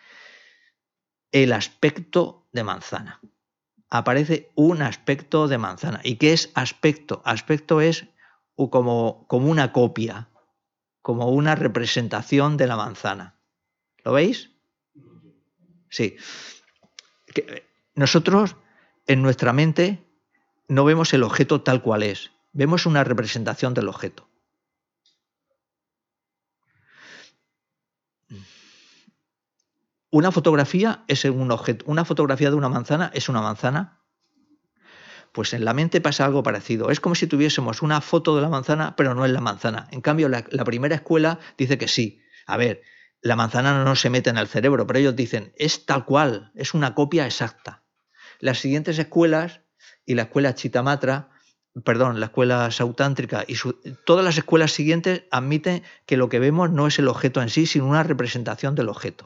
el aspecto de manzana. Aparece un aspecto de manzana. ¿Y qué es aspecto? Aspecto es como, como una copia, como una representación de la manzana. ¿Lo veis? Sí. Nosotros, en nuestra mente, no vemos el objeto tal cual es, Vemos una representación del objeto. Una fotografía es un objeto. Una fotografía de una manzana es una manzana. Pues en la mente pasa algo parecido. Es como si tuviésemos una foto de la manzana, pero no es la manzana. En cambio, la, la primera escuela dice que sí. A ver, la manzana no se mete en el cerebro, pero ellos dicen, es tal cual, es una copia exacta. Las siguientes escuelas, y la escuela Chittamatra, perdón, la escuela sautántrica, y su, todas las escuelas siguientes admiten que lo que vemos no es el objeto en sí, sino una representación del objeto.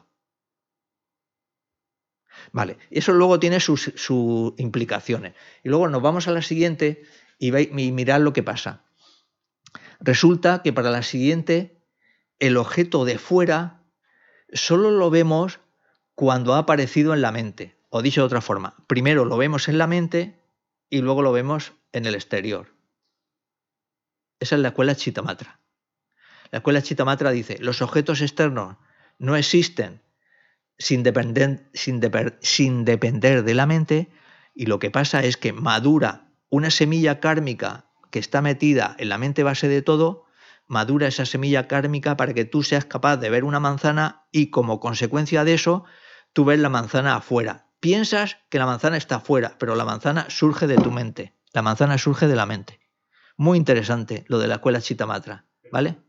Vale, eso luego tiene sus, sus implicaciones. Y luego nos vamos a la siguiente y, ve, y mirad lo que pasa. Resulta que para la siguiente, el objeto de fuera solo lo vemos cuando ha aparecido en la mente. O dicho de otra forma, primero lo vemos en la mente y luego lo vemos en el exterior. Esa es la escuela Chittamatra. La escuela Chittamatra dice, los objetos externos no existen sin depender, sin, depender, sin depender de la mente, y lo que pasa es que madura una semilla kármica que está metida en la mente base de todo, madura esa semilla kármica para que tú seas capaz de ver una manzana y como consecuencia de eso, tú ves la manzana afuera. Piensas que la manzana está afuera, pero la manzana surge de tu mente. La manzana surge de la mente. Muy interesante lo de la escuela Chittamatra, ¿vale?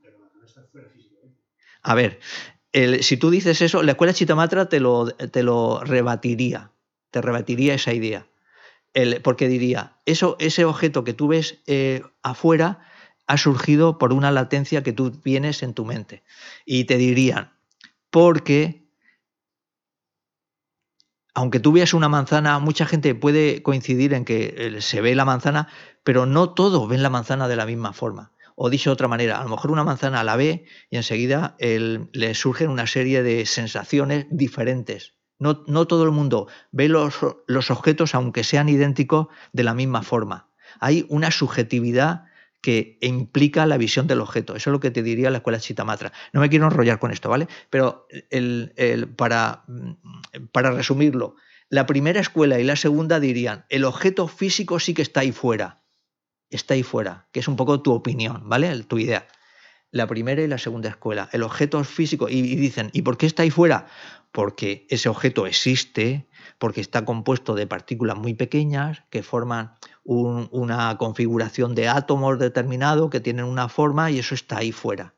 A ver, el, si tú dices eso, la escuela Chittamatra te lo, te lo rebatiría, te rebatiría esa idea. El, porque diría, eso, ese objeto que tú ves eh, afuera ha surgido por una latencia que tú tienes en tu mente. Y te dirían, porque aunque tú veas una manzana, mucha gente puede coincidir en que se ve la manzana, pero no todos ven la manzana de la misma forma. O dicho de otra manera, a lo mejor una manzana la ve y enseguida el, le surgen una serie de sensaciones diferentes. No, no todo el mundo ve los, los objetos, aunque sean idénticos, de la misma forma. Hay una subjetividad que implica la visión del objeto. Eso es lo que te diría la escuela Chittamatra. No me quiero enrollar con esto, ¿vale? Pero el, el, para, para resumirlo, la primera escuela y la segunda dirían, el objeto físico sí que está ahí fuera. Está ahí fuera, que es un poco tu opinión, ¿vale? Tu idea. La primera y la segunda escuela. El objeto físico, y, y dicen, ¿y por qué está ahí fuera? Porque ese objeto existe, porque está compuesto de partículas muy pequeñas que forman un, una configuración de átomos determinado que tienen una forma y eso está ahí fuera.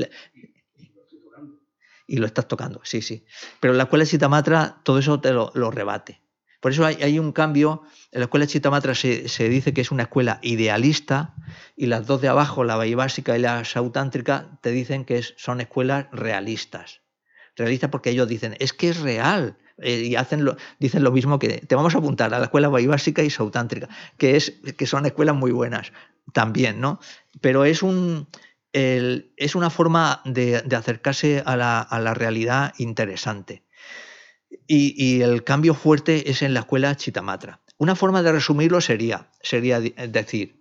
Y lo estás tocando, sí, sí. Pero en la escuela Chittamatra todo eso te lo, lo rebate. Por eso hay, hay un cambio. En la escuela Chittamatra se, se dice que es una escuela idealista y las dos de abajo, la vaibhásica y la sautántrica, te dicen que es, son escuelas realistas. Realistas porque ellos dicen, es que es real. Eh, y hacen lo, dicen lo mismo que te vamos a apuntar a la escuela vaibhásica y sautántrica, que, es, que son escuelas muy buenas también, ¿no? Pero es, un, el, es una forma de, de acercarse a la, a la realidad interesante. Y, y el cambio fuerte es en la escuela Chittamatra. Una forma de resumirlo sería, sería decir,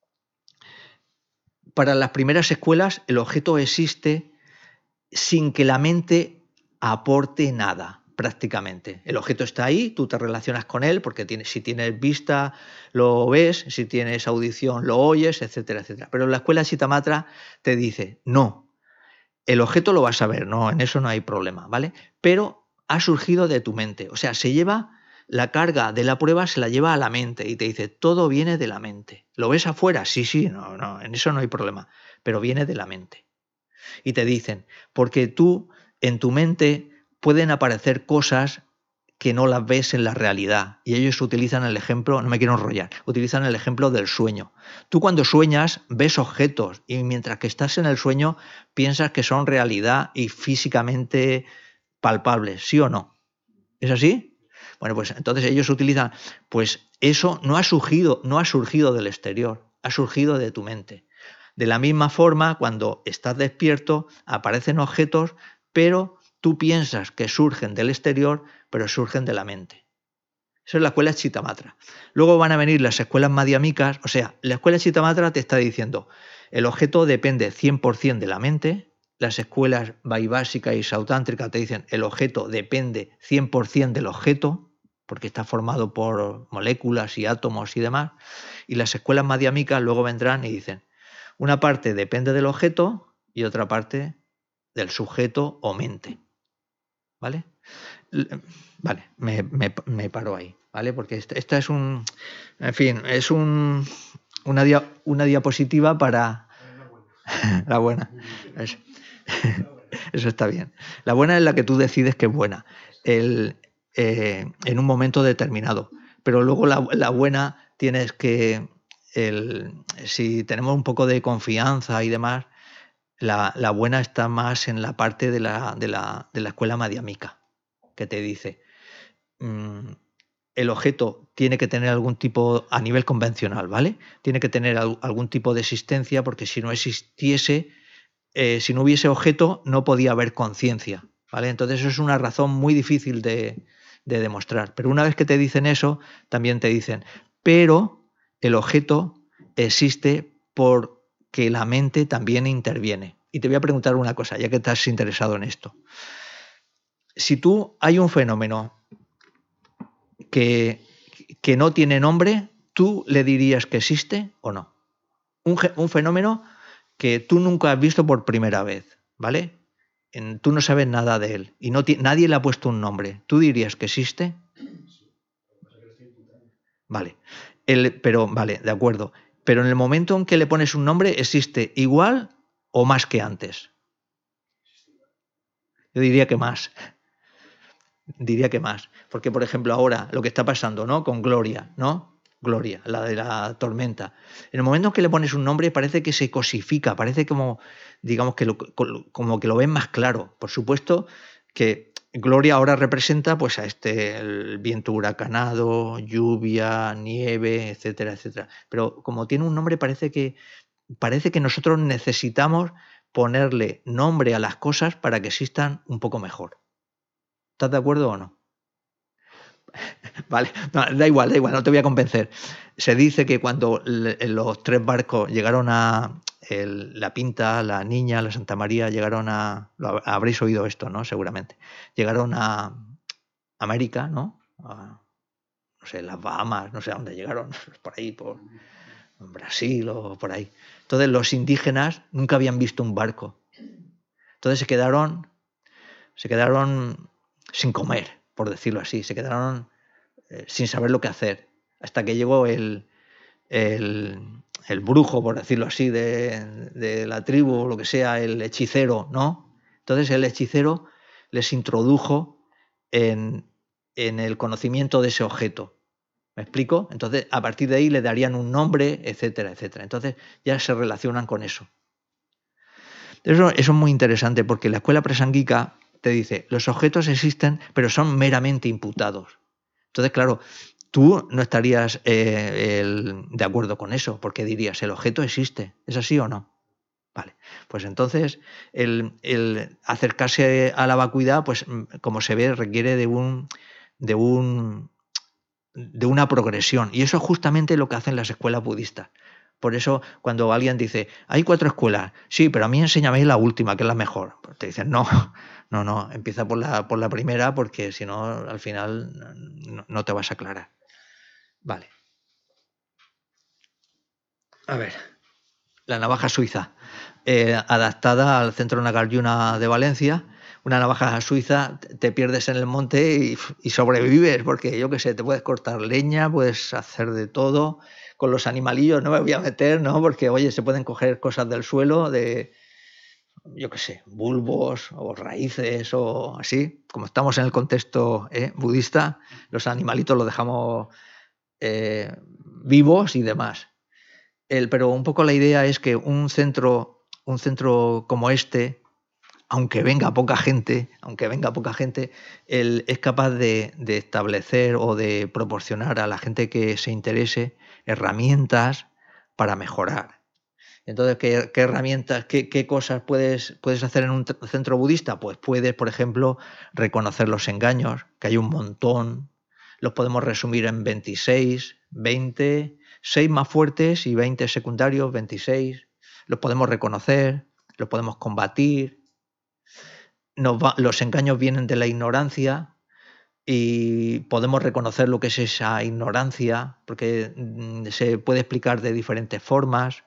para las primeras escuelas el objeto existe sin que la mente aporte nada, prácticamente. El objeto está ahí, tú te relacionas con él, porque tienes, si tienes vista lo ves, si tienes audición lo oyes, etcétera, etcétera. Pero la escuela Chittamatra te dice, no, el objeto lo vas a ver, no, en eso no hay problema, ¿vale? Pero ha surgido de tu mente. O sea, se lleva la carga de la prueba, se la lleva a la mente y te dice, todo viene de la mente. ¿Lo ves afuera? Sí, sí, no, no, en eso no hay problema, pero viene de la mente. Y te dicen, porque tú, en tu mente, pueden aparecer cosas que no las ves en la realidad. Y ellos utilizan el ejemplo, no me quiero enrollar, utilizan el ejemplo del sueño. Tú cuando sueñas ves objetos y mientras que estás en el sueño piensas que son realidad y físicamente palpables, ¿sí o no? ¿Es así? Bueno, pues entonces ellos utilizan, pues eso no ha surgido, no ha surgido del exterior, ha surgido de tu mente. De la misma forma, cuando estás despierto, aparecen objetos, pero tú piensas que surgen del exterior, pero surgen de la mente. Esa es la escuela Chittamatra. Luego van a venir las escuelas madhyamicas, o sea, la escuela Chittamatra te está diciendo, el objeto depende cien por ciento de la mente. Las escuelas vaibhásica y sautántrica te dicen el objeto depende cien por ciento del objeto, porque está formado por moléculas y átomos y demás. Y las escuelas madiámicas luego vendrán y dicen, una parte depende del objeto y otra parte del sujeto o mente. ¿Vale? Vale, me, me, me paro ahí, ¿vale? Porque esta, esta es un, en fin, es un, una, dia, una diapositiva para... La buena. Eso. Eso está bien. La buena es la que tú decides que es buena el, eh, en un momento determinado. Pero luego la, la buena tienes que, el, si tenemos un poco de confianza y demás, la, la buena está más en la parte de la, de la, de la escuela madiámica, que te dice, mmm, el objeto tiene que tener algún tipo, a nivel convencional, ¿vale? Tiene que tener al, algún tipo de existencia, porque si no existiese, eh, si no hubiese objeto, no podía haber conciencia, ¿vale? Entonces eso es una razón muy difícil de, de demostrar. Pero una vez que te dicen eso, también te dicen, pero el objeto existe porque la mente también interviene. Y te voy a preguntar una cosa, ya que estás interesado en esto. Si tú hay un fenómeno que, que no tiene nombre, ¿tú le dirías que existe o no? Un, un fenómeno que tú nunca has visto por primera vez, ¿vale? En, tú no sabes nada de él y no nadie le ha puesto un nombre. ¿Tú dirías que existe? Vale. El, pero, vale, de acuerdo. Pero en el momento en que le pones un nombre, ¿existe igual o más que antes? Yo diría que más. Diría que más. Porque, por ejemplo, ahora lo que está pasando, ¿no? Con Gloria, ¿no? Gloria, la de la tormenta. En el momento en que le pones un nombre, parece que se cosifica, parece como, digamos, que lo, como que lo ven más claro. Por supuesto que Gloria ahora representa pues a este el viento huracanado, lluvia, nieve, etcétera, etcétera. Pero como tiene un nombre, parece que parece que nosotros necesitamos ponerle nombre a las cosas para que existan un poco mejor. ¿Estás de acuerdo o no? Vale, no, da igual, da igual, no te voy a convencer. Se dice que cuando los tres barcos llegaron a el, la Pinta, la Niña, la Santa María, llegaron a, lo habréis oído esto, ¿no? Seguramente. Llegaron a América, ¿no? A, no sé, las Bahamas, no sé a dónde llegaron, por ahí, por Brasil o por ahí. Entonces los indígenas nunca habían visto un barco. Entonces se quedaron, se quedaron sin comer, por decirlo así. Se quedaron eh, sin saber lo que hacer. Hasta que llegó el, el, el brujo, por decirlo así, de, de la tribu o lo que sea, el hechicero, ¿no? Entonces el hechicero les introdujo en, en el conocimiento de ese objeto. ¿Me explico? Entonces, a partir de ahí le darían un nombre, etcétera, etcétera. Entonces, ya se relacionan con eso. Eso, eso es muy interesante porque la escuela presanguica te dice, los objetos existen, pero son meramente imputados. Entonces, claro, tú no estarías eh, el, de acuerdo con eso, porque dirías, el objeto existe. ¿Es así o no? Vale, pues entonces el, el acercarse a la vacuidad, pues como se ve, requiere de un... De un de una progresión. Y eso es justamente lo que hacen las escuelas budistas. Por eso, cuando alguien dice, hay cuatro escuelas, sí, pero a mí enséñame la última, que es la mejor. Pues te dicen, no, no, no, empieza por la, por la primera, porque si no, al final no, no te vas a aclarar. Vale. A ver, la navaja suiza, eh, adaptada al Centro Nagarjuna de Valencia. Una navaja suiza, te pierdes en el monte y, y sobrevives, porque yo qué sé, te puedes cortar leña, puedes hacer de todo. Con los animalillos no me voy a meter, ¿no? Porque, oye, se pueden coger cosas del suelo, de, yo qué sé, bulbos o raíces o así. Como estamos en el contexto eh, budista, los animalitos los dejamos eh, vivos y demás. El, pero un poco la idea es que un centro, un centro como este, aunque venga poca gente, aunque venga poca gente, él es capaz de, de establecer o de proporcionar a la gente que se interese herramientas para mejorar. Entonces, ¿qué, qué herramientas, qué, qué cosas puedes, puedes hacer en un centro budista? Pues puedes, por ejemplo, reconocer los engaños, que hay un montón. Los podemos resumir en veintiséis, veinte, seis más fuertes y veinte secundarios, veintiséis. Los podemos reconocer, los podemos combatir. Nos va, los engaños vienen de la ignorancia, y podemos reconocer lo que es esa ignorancia, porque mm, se puede explicar de diferentes formas.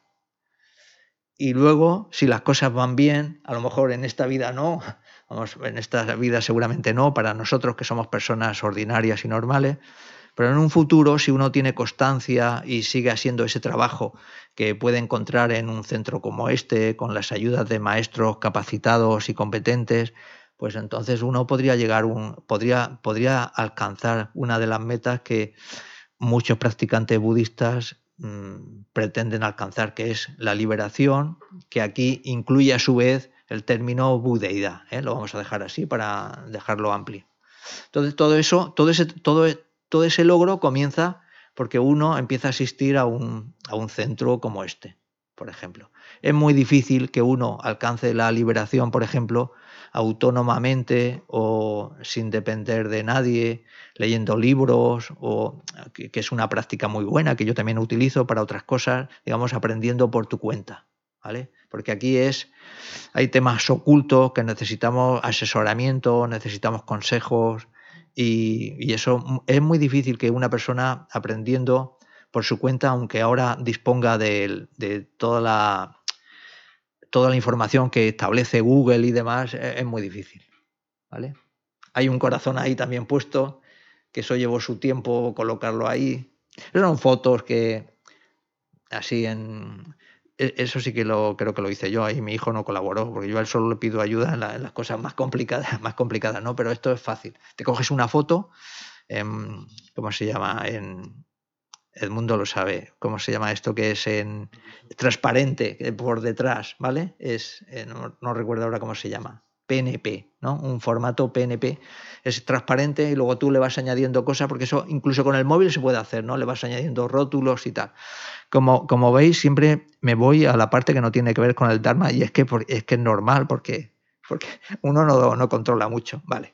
Y luego, si las cosas van bien, a lo mejor en esta vida no, vamos, en esta vida seguramente no, para nosotros que somos personas ordinarias y normales, pero en un futuro, si uno tiene constancia y sigue haciendo ese trabajo que puede encontrar en un centro como este, con las ayudas de maestros capacitados y competentes, pues entonces uno podría llegar, un, podría, podría alcanzar una de las metas que muchos practicantes budistas mmm, pretenden alcanzar, que es la liberación, que aquí incluye a su vez el término budeidad, ¿eh? Lo vamos a dejar así para dejarlo amplio. Entonces todo eso, todo ese, todo, todo ese logro comienza porque uno empieza a asistir a un, a un centro como este, por ejemplo. Es muy difícil que uno alcance la liberación, por ejemplo, autónomamente o sin depender de nadie, leyendo libros, o que, que es una práctica muy buena que yo también utilizo para otras cosas, digamos, aprendiendo por tu cuenta, ¿vale? Porque aquí es, hay temas ocultos que necesitamos asesoramiento, necesitamos consejos, y, y eso es muy difícil que una persona aprendiendo por su cuenta, aunque ahora disponga de, de toda la toda la información que establece Google y demás, es muy difícil, ¿vale? Hay un corazón ahí también puesto, que eso llevó su tiempo colocarlo ahí. Son fotos que así en... Eso sí que lo creo que lo hice yo, ahí mi hijo no colaboró, porque yo a él solo le pido ayuda en, la, en las cosas más complicadas, más complicadas, ¿no? Pero esto es fácil. Te coges una foto, en, ¿cómo se llama? En... Edmundo lo sabe, ¿cómo se llama esto que es en transparente por detrás, ¿vale? Es, eh, no, no recuerdo ahora cómo se llama, P N P, ¿no? Un formato P N P, es transparente y luego tú le vas añadiendo cosas, porque eso incluso con el móvil se puede hacer, ¿no? Le vas añadiendo rótulos y tal. Como, como veis, siempre me voy a la parte que no tiene que ver con el Dharma y es que, es, que es normal, porque, porque uno no, no controla mucho, ¿vale?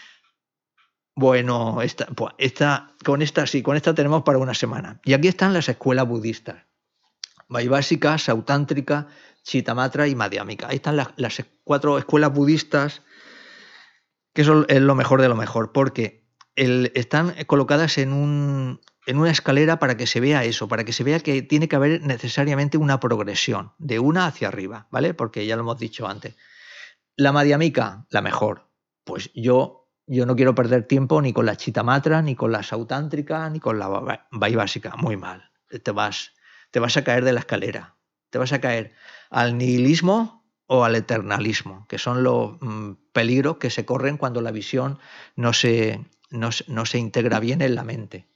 Bueno, esta, pues esta, con esta sí, con esta tenemos para una semana. Y aquí están las escuelas budistas: Vaibhasika, Sautántrica, Chittamatra y Madhyamika. Ahí están las, las cuatro escuelas budistas, que eso es lo mejor de lo mejor, porque el, están colocadas en, un, en una escalera para que se vea eso, para que se vea que tiene que haber necesariamente una progresión, de una hacia arriba, ¿vale? Porque ya lo hemos dicho antes. La Madhyamika, la mejor. Pues yo... Yo no quiero perder tiempo ni con la Chittamatra, ni con la Sautántrica, ni con la Vaibhasika. Muy mal. Te vas, te vas a caer de la escalera. Te vas a caer al nihilismo o al eternalismo, que son los mmm, peligros que se corren cuando la visión no se, no, no se integra bien en la mente.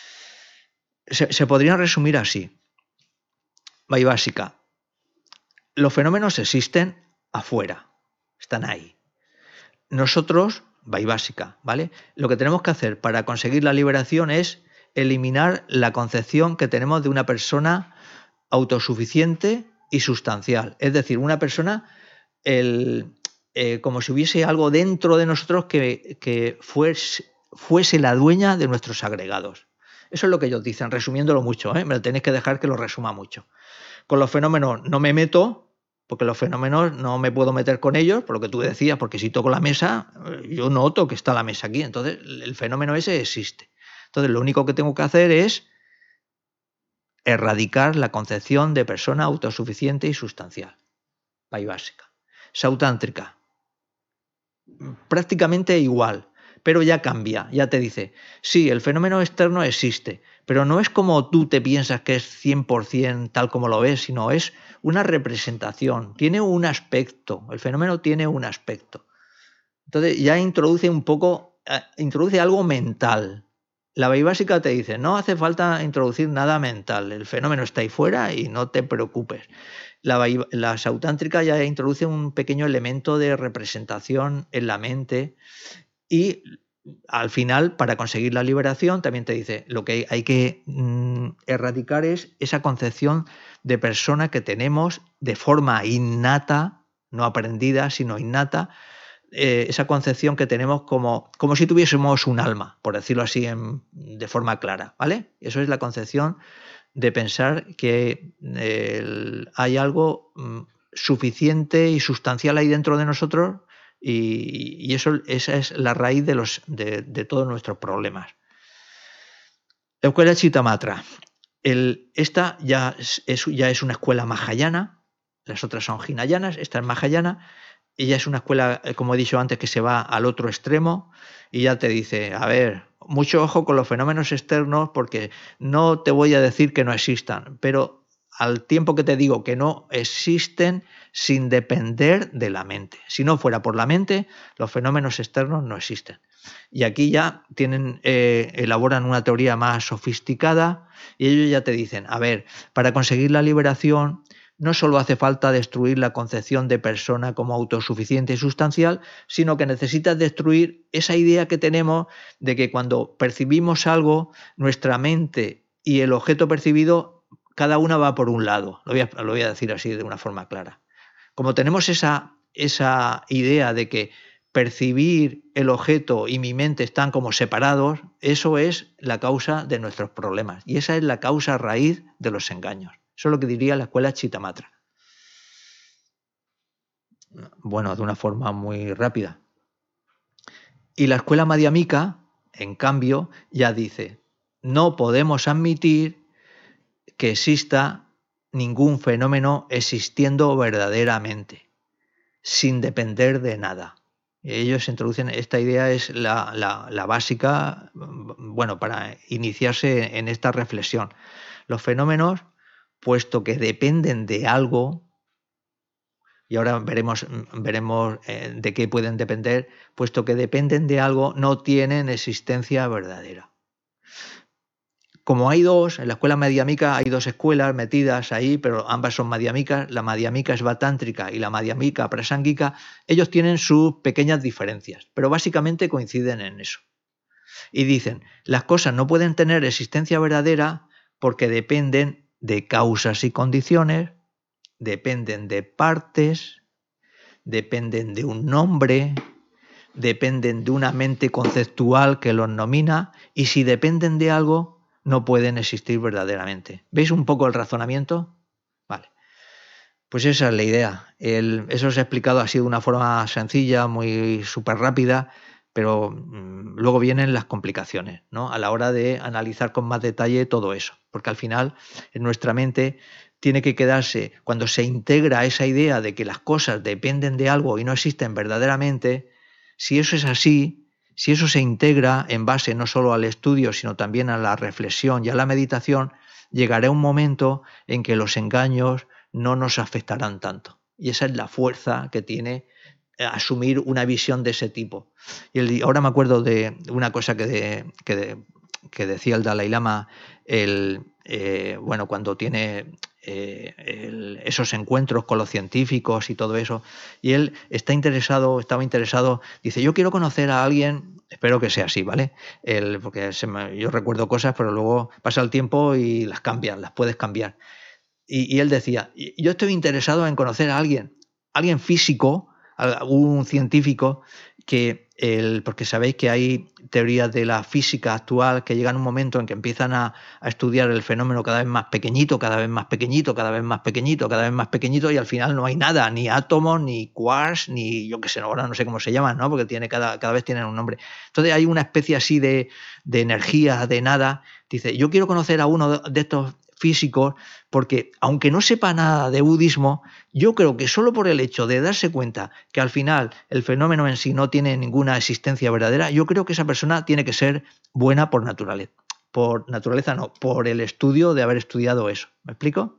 Se, se podrían resumir así. Vaibhasika. Los fenómenos existen afuera. Están ahí. Nosotros... Vaibhasika, ¿vale? Lo que tenemos que hacer para conseguir la liberación es eliminar la concepción que tenemos de una persona autosuficiente y sustancial. Es decir, una persona el, eh, como si hubiese algo dentro de nosotros que, que fuese, fuese la dueña de nuestros agregados. Eso es lo que ellos dicen, resumiéndolo mucho, ¿eh? Me lo tenéis que dejar que lo resuma mucho. Con los fenómenos no me meto, porque los fenómenos no me puedo meter con ellos, por lo que tú decías, porque si toco la mesa, yo noto que está la mesa aquí, entonces el fenómeno ese existe. Entonces lo único que tengo que hacer es erradicar la concepción de persona autosuficiente y sustancial. Vaibhasika. Sautántrica. Prácticamente igual, pero ya cambia, ya te dice, sí, el fenómeno externo existe, pero no es como tú te piensas que es cien por ciento tal como lo ves, sino es una representación, tiene un aspecto, el fenómeno tiene un aspecto. Entonces ya introduce un poco, eh, introduce algo mental. La Vaibhasika te dice, no hace falta introducir nada mental, el fenómeno está ahí fuera y no te preocupes. La, la Sautántrica ya introduce un pequeño elemento de representación en la mente y al final, para conseguir la liberación, también te dice, lo que hay que mm, erradicar es esa concepción de persona que tenemos de forma innata, no aprendida, sino innata, eh, esa concepción que tenemos como, como si tuviésemos un alma, por decirlo así en, de forma clara, ¿vale? Eso es la concepción de pensar que eh, hay algo mm, suficiente y sustancial ahí dentro de nosotros Y, y eso, esa es la raíz de, los, de, de todos nuestros problemas. La escuela Chittamatra. El, esta ya es, ya es una escuela mahayana, las otras son hinayanas, esta es mahayana, y ya es una escuela, como he dicho antes, que se va al otro extremo y ya te dice, a ver, mucho ojo con los fenómenos externos porque no te voy a decir que no existan, pero al tiempo que te digo que no existen sin depender de la mente. Si no fuera por la mente, los fenómenos externos no existen. Y aquí ya tienen, eh, elaboran una teoría más sofisticada y ellos ya te dicen, a ver, para conseguir la liberación no solo hace falta destruir la concepción de persona como autosuficiente y sustancial, sino que necesitas destruir esa idea que tenemos de que cuando percibimos algo, nuestra mente y el objeto percibido, cada una va por un lado. Lo voy a, lo voy a decir así de una forma clara. Como tenemos esa, esa idea de que percibir el objeto y mi mente están como separados, eso es la causa de nuestros problemas. Y esa es la causa raíz de los engaños. Eso es lo que diría la escuela Chittamatra. Bueno, de una forma muy rápida. Y la escuela madhyamika, en cambio, ya dice, no podemos admitir que exista ningún fenómeno existiendo verdaderamente, sin depender de nada. Ellos introducen, esta idea es la, la, la básica, bueno, para iniciarse en esta reflexión. Los fenómenos, puesto que dependen de algo, y ahora veremos, veremos eh, de qué pueden depender, puesto que dependen de algo, no tienen existencia verdadera. Como hay dos, en la escuela madhyamika hay dos escuelas metidas ahí, pero ambas son madhyamikas, la madhyamika svatántrica y la madhyamika prasángika, ellos tienen sus pequeñas diferencias, pero básicamente coinciden en eso. Y dicen, las cosas no pueden tener existencia verdadera porque dependen de causas y condiciones, dependen de partes, dependen de un nombre, dependen de una mente conceptual que los nomina, y si dependen de algo, no pueden existir verdaderamente. ¿Veis un poco el razonamiento? Vale. Pues esa es la idea. El, eso os he explicado así de una forma sencilla, muy súper rápida, pero mmm, luego vienen las complicaciones, ¿no? A la hora de analizar con más detalle todo eso, porque al final en nuestra mente tiene que quedarse, cuando se integra esa idea de que las cosas dependen de algo y no existen verdaderamente, si eso es así, si eso se integra en base no solo al estudio, sino también a la reflexión y a la meditación, llegará un momento en que los engaños no nos afectarán tanto. Y esa es la fuerza que tiene asumir una visión de ese tipo. Y el, ahora me acuerdo de una cosa que, de, que, de, que decía el Dalai Lama, el, eh, bueno, cuando tiene eh, el, esos encuentros con los científicos y todo eso, y él está interesado, estaba interesado, dice, yo quiero conocer a alguien, espero que sea así, ¿vale? El, porque se me, yo recuerdo cosas, pero luego pasa el tiempo y las cambias, las puedes cambiar. Y, y él decía, yo estoy interesado en conocer a alguien, alguien físico, un científico que, el, porque sabéis que hay teorías de la física actual que llegan a un momento en que empiezan a, a estudiar el fenómeno cada vez más pequeñito, cada vez más pequeñito, cada vez más pequeñito, cada vez más pequeñito, y al final no hay nada, ni átomos, ni quarks, ni yo qué sé, ahora no sé cómo se llaman, ¿no? Porque tiene cada, cada vez tienen un nombre. Entonces hay una especie así de, de energía, de nada. Dice, yo quiero conocer a uno de estos físicos, porque aunque no sepa nada de budismo, yo creo que solo por el hecho de darse cuenta que al final el fenómeno en sí no tiene ninguna existencia verdadera, yo creo que esa persona tiene que ser buena por naturaleza. Por naturaleza no, por el estudio de haber estudiado eso. ¿Me explico?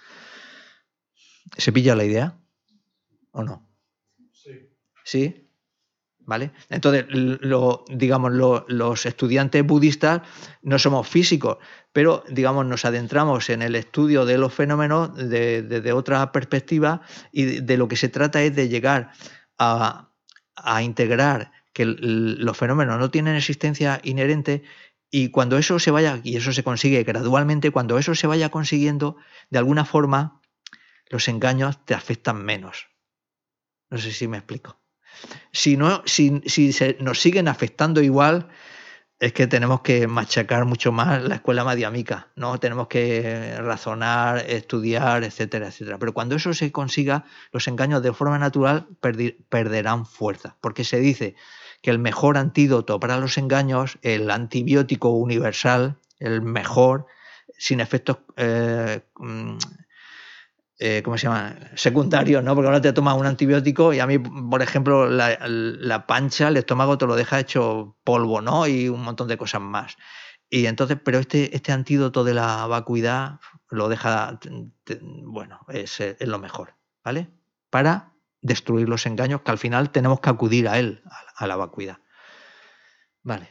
¿Se pilla la idea? ¿O no? Sí. ¿Sí? ¿Vale? Entonces, lo, digamos, lo, los estudiantes budistas no somos físicos, pero digamos, nos adentramos en el estudio de los fenómenos desde de, de otra perspectiva, y de, de lo que se trata es de llegar a, a integrar que el, los fenómenos no tienen existencia inherente, y cuando eso se vaya, y eso se consigue gradualmente, cuando eso se vaya consiguiendo, de alguna forma los engaños te afectan menos. No sé si me explico. Si, no, si, si se nos siguen afectando igual, es que tenemos que machacar mucho más la escuela madiámica, ¿no? Tenemos que razonar, estudiar, etcétera, etcétera. Pero cuando eso se consiga, los engaños de forma natural perdi- perderán fuerza, porque se dice que el mejor antídoto para los engaños, el antibiótico universal, el mejor, sin efectos eh, mm, eh, ¿cómo se llama? Secundarios, ¿no? Porque ahora te tomas un antibiótico y a mí, por ejemplo, la, la pancha, el estómago te lo deja hecho polvo, ¿no? Y un montón de cosas más. Y entonces, pero este, este antídoto de la vacuidad lo deja, te, bueno, es, es lo mejor, ¿vale? Para destruir los engaños, que al final tenemos que acudir a él, a, a la vacuidad. Vale.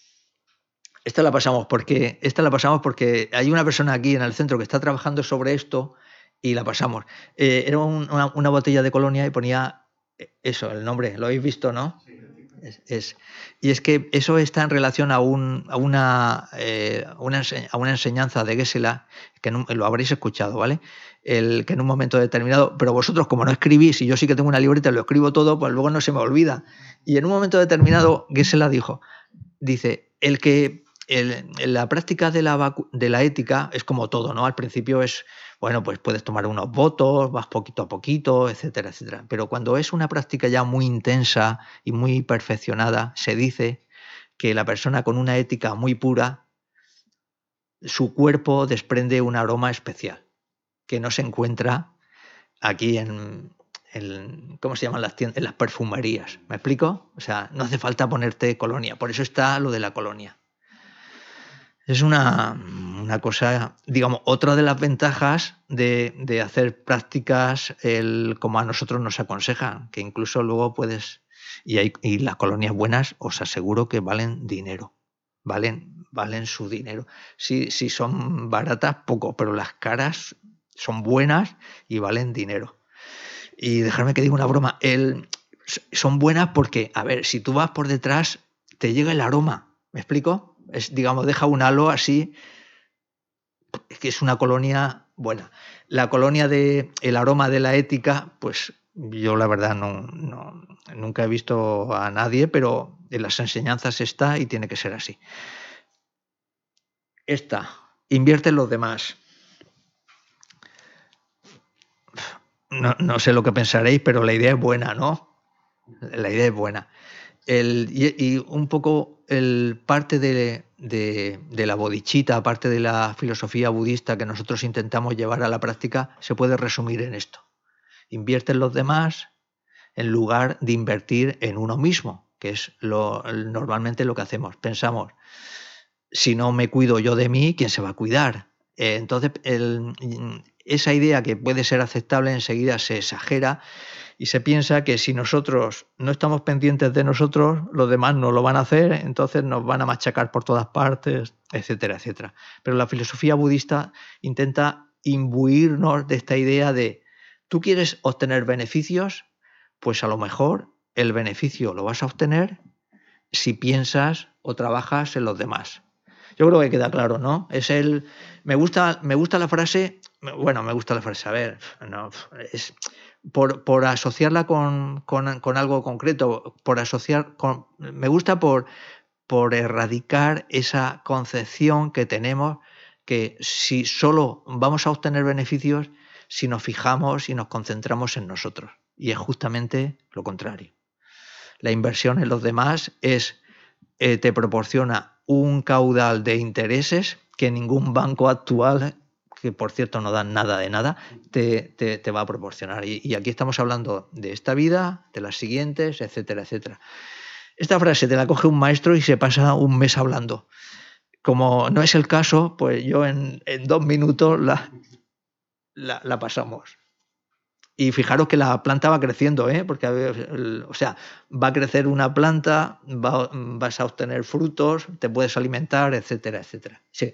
Esta la pasamos porque esta la pasamos porque hay una persona aquí en el centro que está trabajando sobre esto y la pasamos. Eh, era un, una, una botella de colonia y ponía eso, el nombre. ¿Lo habéis visto, no? Sí, Es, es, y es que eso está en relación a, un, a, una, eh, una, a una enseñanza de Geshe-la, que no, lo habréis escuchado, ¿vale? El, que en un momento determinado, pero vosotros como no escribís y yo sí que tengo una libreta y lo escribo todo, pues luego no se me olvida. Y en un momento determinado Geshe-la dijo, dice, el que el, la práctica de la, de la ética es como todo, ¿no? Al principio es, bueno, pues puedes tomar unos votos, vas poquito a poquito, etcétera, etcétera. Pero cuando es una práctica ya muy intensa y muy perfeccionada, se dice que la persona con una ética muy pura, su cuerpo desprende un aroma especial, que no se encuentra aquí en, en ¿cómo se llaman las tiendas? En las perfumerías. ¿Me explico? O sea, no hace falta ponerte colonia. Por eso está lo de la colonia. Es una, una cosa, digamos, otra de las ventajas de, de hacer prácticas el, como a nosotros nos aconsejan, que incluso luego puedes, y, hay, y las colonias buenas os aseguro que valen dinero, valen, valen su dinero. Si, si son baratas, poco, pero las caras son buenas y valen dinero. Y dejarme que diga una broma, el, son buenas porque, a ver, si tú vas por detrás, te llega el aroma, ¿me explico? Es, digamos, deja un halo así, que es una colonia buena. La colonia de el aroma de la ética, pues yo la verdad no, no nunca he visto a nadie, pero en las enseñanzas está y tiene que ser así. Esta, invierte en los demás. No, no sé lo que pensaréis, pero la idea es buena, ¿no? La idea es buena. El, y, y un poco el parte de, de, de la bodhicitta, parte de la filosofía budista que nosotros intentamos llevar a la práctica, se puede resumir en esto. Invierte en los demás en lugar de invertir en uno mismo, que es lo, normalmente lo que hacemos. Pensamos, si no me cuido yo de mí, ¿quién se va a cuidar? Eh, entonces, el, esa idea que puede ser aceptable enseguida se exagera y se piensa que si nosotros no estamos pendientes de nosotros, los demás no lo van a hacer, entonces nos van a machacar por todas partes, etcétera, etcétera. Pero la filosofía budista intenta imbuirnos de esta idea de, ¿tú quieres obtener beneficios? Pues a lo mejor el beneficio lo vas a obtener si piensas o trabajas en los demás. Yo creo que queda claro, ¿no? Es el, me gusta, me gusta la frase, bueno, me gusta la frase, a ver, no, es... Por, por asociarla con, con, con algo concreto, por asociar con, me gusta por, por erradicar esa concepción que tenemos que si solo vamos a obtener beneficios si nos fijamos y nos concentramos en nosotros. Y es justamente lo contrario. La inversión en los demás es, eh, te proporciona un caudal de intereses que ningún banco actual, que por cierto no dan nada de nada, te, te, te va a proporcionar. Y, y aquí estamos hablando de esta vida, de las siguientes, etcétera, etcétera. Esta frase te la coge un maestro y se pasa un mes hablando. Como no es el caso, pues yo en, en dos minutos la, la, la pasamos. Y fijaros que la planta va creciendo, ¿eh? Porque, o sea, va a crecer una planta, va, vas a obtener frutos, te puedes alimentar, etcétera, etcétera. Sí.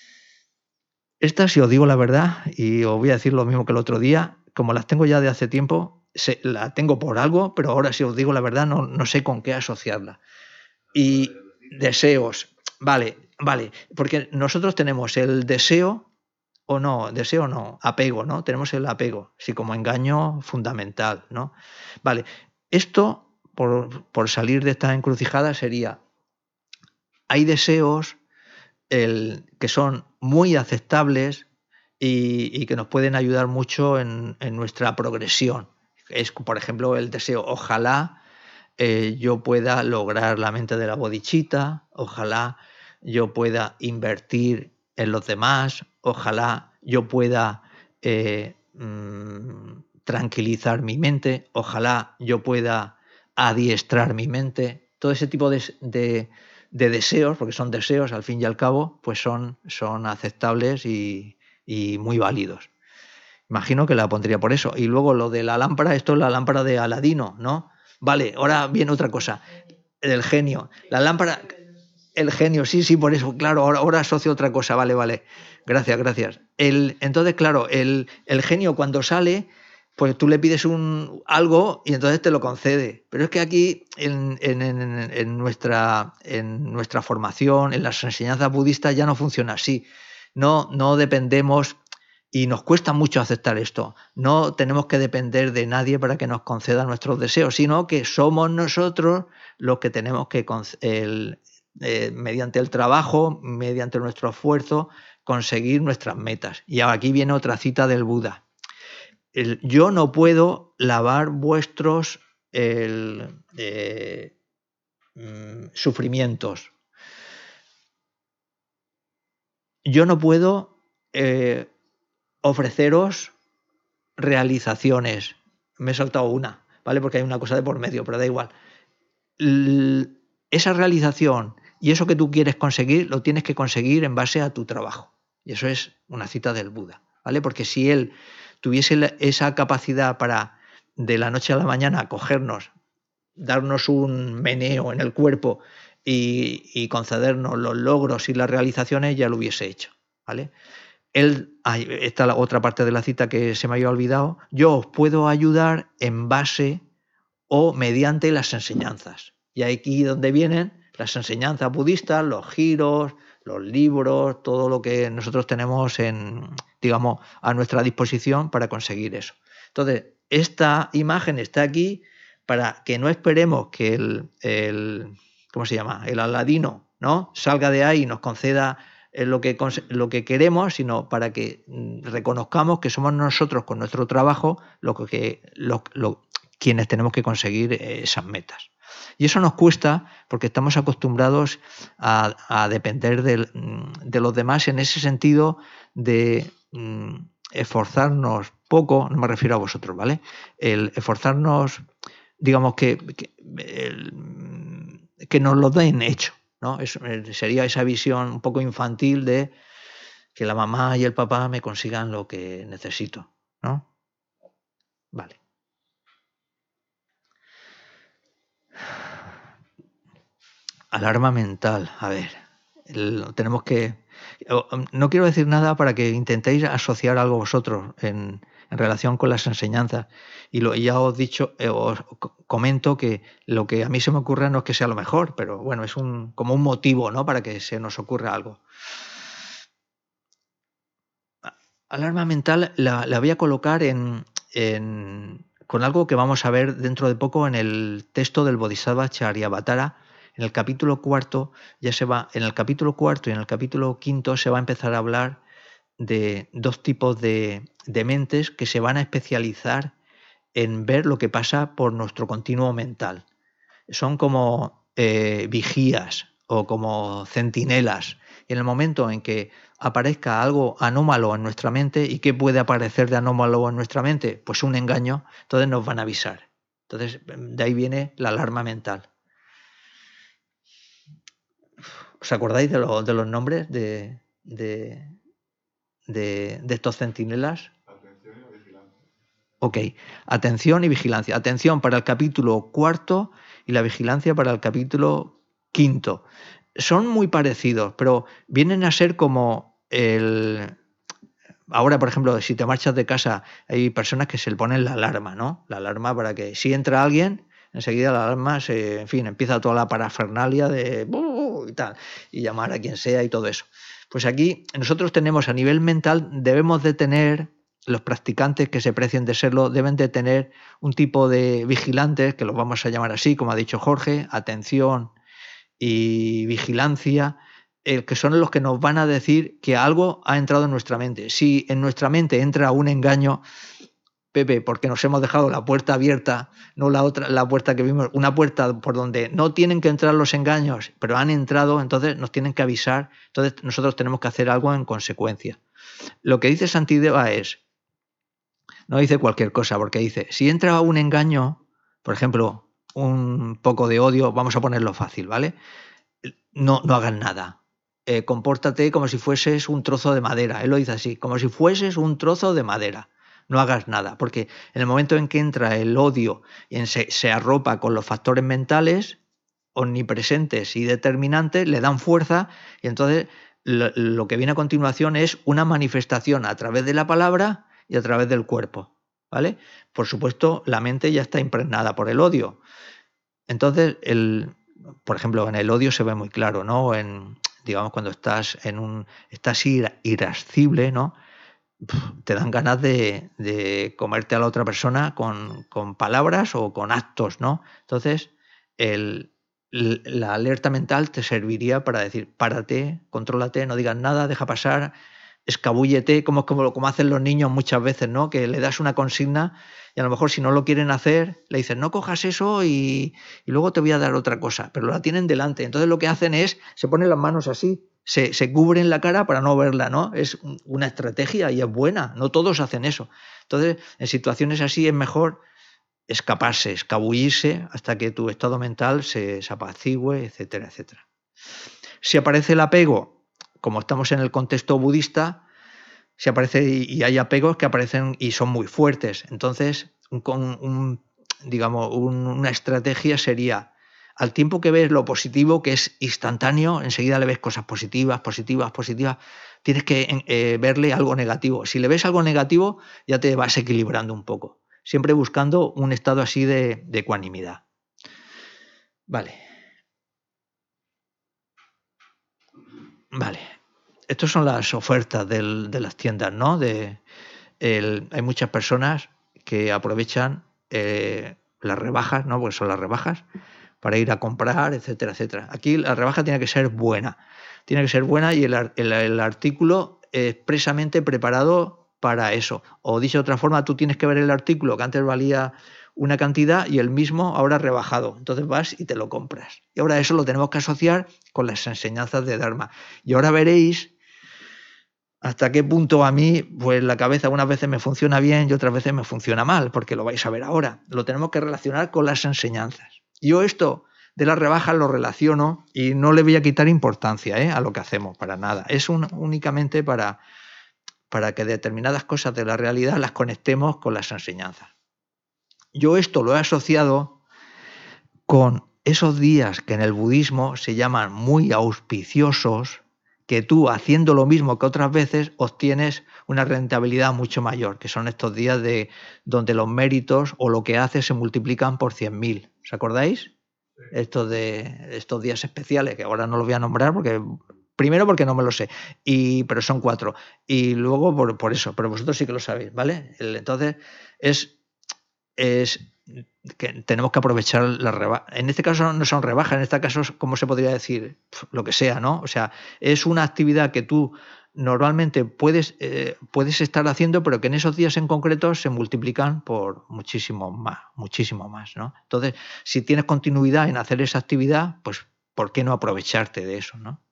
Esta, si os digo la verdad, y os voy a decir lo mismo que el otro día, como las tengo ya de hace tiempo, se, la tengo por algo, pero ahora si os digo la verdad no, no sé con qué asociarla. Y deseos, vale, vale, porque nosotros tenemos el deseo, o no, deseo no, apego, ¿no? Tenemos el apego, sí, como engaño fundamental, ¿no? Vale, esto, por, por salir de esta encrucijada, sería hay deseos el, que son muy aceptables y, y que nos pueden ayudar mucho en, en nuestra progresión. Es, por ejemplo, el deseo, ojalá eh, yo pueda lograr la mente de la bodichita, ojalá yo pueda invertir en los demás, ojalá yo pueda eh, mmm, tranquilizar mi mente, ojalá yo pueda adiestrar mi mente. Todo ese tipo de, de, de deseos, porque son deseos al fin y al cabo, pues son, son aceptables y, y muy válidos. Imagino que la pondría por eso. Y luego lo de la lámpara, esto es la lámpara de Aladino, ¿no? Vale, ahora viene otra cosa. El genio. La lámpara, el genio, sí, sí, por eso, claro, ahora, ahora asocio otra cosa, vale, vale. Gracias, gracias. El, entonces, claro, el, el genio cuando sale, pues tú le pides un, algo y entonces te lo concede. Pero es que aquí, en, en, en, en, nuestra, en nuestra formación, en las enseñanzas budistas, ya no funciona así. No, no dependemos... Y nos cuesta mucho aceptar esto. No tenemos que depender de nadie para que nos conceda nuestros deseos, sino que somos nosotros los que tenemos que, el, eh, mediante el trabajo, mediante nuestro esfuerzo, conseguir nuestras metas. Y aquí viene otra cita del Buda. El, yo no puedo lavar vuestros el, eh, mm, sufrimientos. Yo no puedo... Eh, ofreceros realizaciones. Me he saltado una, ¿vale? Porque hay una cosa de por medio, pero da igual. L- esa realización y eso que tú quieres conseguir, lo tienes que conseguir en base a tu trabajo. Y eso es una cita del Buda, ¿vale? Porque si él tuviese la, esa capacidad para de la noche a la mañana cogernos, darnos un meneo en el cuerpo y, y concedernos los logros y las realizaciones, ya lo hubiese hecho, ¿vale? Él, esta es la otra parte de la cita que se me había olvidado, yo os puedo ayudar en base o mediante las enseñanzas. Y aquí donde vienen las enseñanzas budistas, los giros, los libros, todo lo que nosotros tenemos en, digamos, a nuestra disposición para conseguir eso. Entonces, esta imagen está aquí para que no esperemos que el, el ¿cómo se llama? El Aladino, ¿no? Salga de ahí y nos conceda lo que, lo que queremos, sino para que reconozcamos que somos nosotros con nuestro trabajo lo que, lo, lo, quienes tenemos que conseguir esas metas. Y eso nos cuesta porque estamos acostumbrados a, a depender de, de los demás en ese sentido de mm, esforzarnos poco, no me refiero a vosotros, ¿vale? El esforzarnos, digamos que, que, el, que nos lo den hecho, ¿no? Eso sería esa visión un poco infantil de que la mamá y el papá me consigan lo que necesito, ¿no? Vale. Alarma mental, a ver, el, tenemos que... No quiero decir nada para que intentéis asociar algo vosotros en, en relación con las enseñanzas. Y lo, ya os, dicho, eh, os comento que lo que a mí se me ocurre no es que sea lo mejor, pero bueno, es un, como un motivo, ¿no? Para que se nos ocurra algo. Alarma mental la, la voy a colocar en, en, con algo que vamos a ver dentro de poco en el texto del Bodhisattva Charyavatara. En el capítulo cuarto ya se va, en el capítulo cuarto y en el capítulo quinto se va a empezar a hablar de dos tipos de, de mentes que se van a especializar en ver lo que pasa por nuestro continuo mental. Son como eh, vigías o como centinelas. Y en el momento en que aparezca algo anómalo en nuestra mente, ¿y qué puede aparecer de anómalo en nuestra mente? Pues un engaño, entonces nos van a avisar. Entonces, de ahí viene la alarma mental. ¿Os acordáis de, lo, de los nombres de, de, de, de estos centinelas? Atención y vigilancia. Ok, atención y vigilancia. Atención para el capítulo cuarto y la vigilancia para el capítulo quinto. Son muy parecidos, pero vienen a ser como el... Ahora, por ejemplo, si te marchas de casa, hay personas que se le ponen la alarma, ¿no? La alarma para que si entra alguien, enseguida la alarma, se, en fin, empieza toda la parafernalia de... y tal, y llamar a quien sea y todo eso. Pues aquí nosotros tenemos a nivel mental, debemos de tener, los practicantes que se precien de serlo, deben de tener un tipo de vigilantes, que los vamos a llamar así, como ha dicho Jorge, atención y vigilancia, eh, que son los que nos van a decir que algo ha entrado en nuestra mente. Si en nuestra mente entra un engaño, Pepe, porque nos hemos dejado la puerta abierta, no la otra, la puerta que vimos, una puerta por donde no tienen que entrar los engaños, pero han entrado, entonces nos tienen que avisar, entonces nosotros tenemos que hacer algo en consecuencia. Lo que dice Santideva es, no dice cualquier cosa, porque dice, si entra un engaño, por ejemplo, un poco de odio, vamos a ponerlo fácil, ¿vale? No, no hagas nada. Eh, compórtate como si fueses un trozo de madera. Él lo dice así, como si fueses un trozo de madera. No hagas nada, porque en el momento en que entra el odio y en se, se arropa con los factores mentales omnipresentes y determinantes, le dan fuerza y entonces lo, lo que viene a continuación es una manifestación a través de la palabra y a través del cuerpo, ¿vale? Por supuesto, la mente ya está impregnada por el odio. Entonces, el, por ejemplo, en el odio se ve muy claro, ¿no? En, digamos, cuando estás en un estás ira, irascible, ¿no? Te dan ganas de, de comerte a la otra persona con, con palabras o con actos, ¿no? Entonces, el, la alerta mental te serviría para decir, párate, contrólate, no digas nada, deja pasar, escabúllete, como, como, como hacen los niños muchas veces, ¿no? Que le das una consigna y a lo mejor si no lo quieren hacer, le dicen, no cojas eso y, y luego te voy a dar otra cosa, pero la tienen delante. Entonces lo que hacen es, se ponen las manos así, Se, se cubren la cara para no verla, ¿no? Es una estrategia y es buena, no todos hacen eso. Entonces, en situaciones así es mejor escaparse, escabullirse hasta que tu estado mental se, se apacigüe, etcétera, etcétera. Si aparece el apego, como estamos en el contexto budista, si aparece y hay apegos que aparecen y son muy fuertes. Entonces, un, un, digamos, un, una estrategia sería, al tiempo que ves lo positivo, que es instantáneo, enseguida le ves cosas positivas, positivas, positivas, tienes que eh, verle algo negativo. Si le ves algo negativo, ya te vas equilibrando un poco, siempre buscando un estado así de, de ecuanimidad. Vale. Vale. Estas son las ofertas del, de las tiendas, ¿no? De, el, hay muchas personas que aprovechan eh, las rebajas, ¿no? Porque son las rebajas, para ir a comprar, etcétera, etcétera. Aquí la rebaja tiene que ser buena, tiene que ser buena y el, el, el artículo expresamente preparado para eso. O dicho de otra forma, tú tienes que ver el artículo que antes valía una cantidad y el mismo ahora rebajado. Entonces vas y te lo compras. Y ahora eso lo tenemos que asociar con las enseñanzas de Dharma. Y ahora veréis hasta qué punto a mí, pues la cabeza unas veces me funciona bien y otras veces me funciona mal, porque lo vais a ver ahora. Lo tenemos que relacionar con las enseñanzas. Yo esto de las rebajas lo relaciono y no le voy a quitar importancia ¿eh? a lo que hacemos, para nada. Es un, únicamente para, para que determinadas cosas de la realidad las conectemos con las enseñanzas. Yo esto lo he asociado con esos días que en el budismo se llaman muy auspiciosos, que tú, haciendo lo mismo que otras veces, obtienes una rentabilidad mucho mayor, que son estos días de donde los méritos o lo que haces se multiplican por cien mil. ¿Os acordáis? Sí. Estos, de, estos días especiales, que ahora no los voy a nombrar porque... Primero porque no me lo sé, y, pero son cuatro. Y luego por, por eso, pero vosotros sí que lo sabéis, ¿vale? El, entonces, es, es que tenemos que aprovechar las rebajas. En este caso no son rebajas, en este caso, ¿cómo se podría decir? Lo que sea, ¿no? O sea, es una actividad que tú normalmente puedes, eh, puedes estar haciendo, pero que en esos días en concreto se multiplican por muchísimo más, muchísimo más, ¿no? Entonces, si tienes continuidad en hacer esa actividad, pues, ¿por qué no aprovecharte de eso, ¿no?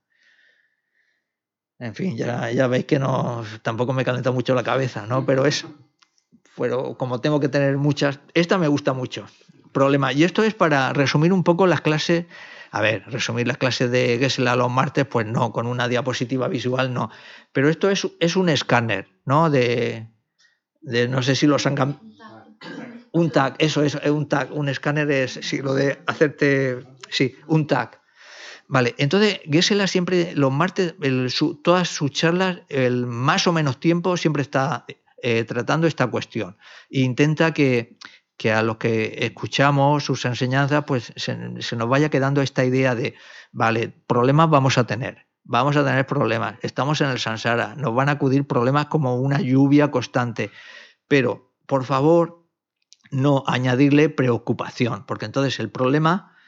En fin, ya, ya veis que no, tampoco me calienta mucho la cabeza, ¿no? Pero eso, pero como tengo que tener muchas, esta me gusta mucho. Problema. Y esto es para resumir un poco las clases. A ver, resumir las clases de Geshe-la los martes, pues no, con una diapositiva visual no. Pero esto es, es un escáner, ¿no? De, de no sé si los han cambiado. Un tag, eso es, un tag. Un escáner es, sí, lo de hacerte, sí, un tag. Vale, entonces Geshe-la siempre, los martes, el, su, todas sus charlas, el más o menos tiempo, siempre está eh, tratando esta cuestión. E intenta que, que a los que escuchamos sus enseñanzas, pues se, se nos vaya quedando esta idea de, vale, problemas vamos a tener, vamos a tener problemas, estamos en el samsara, nos van a acudir problemas como una lluvia constante, pero por favor no añadirle preocupación, porque entonces el problema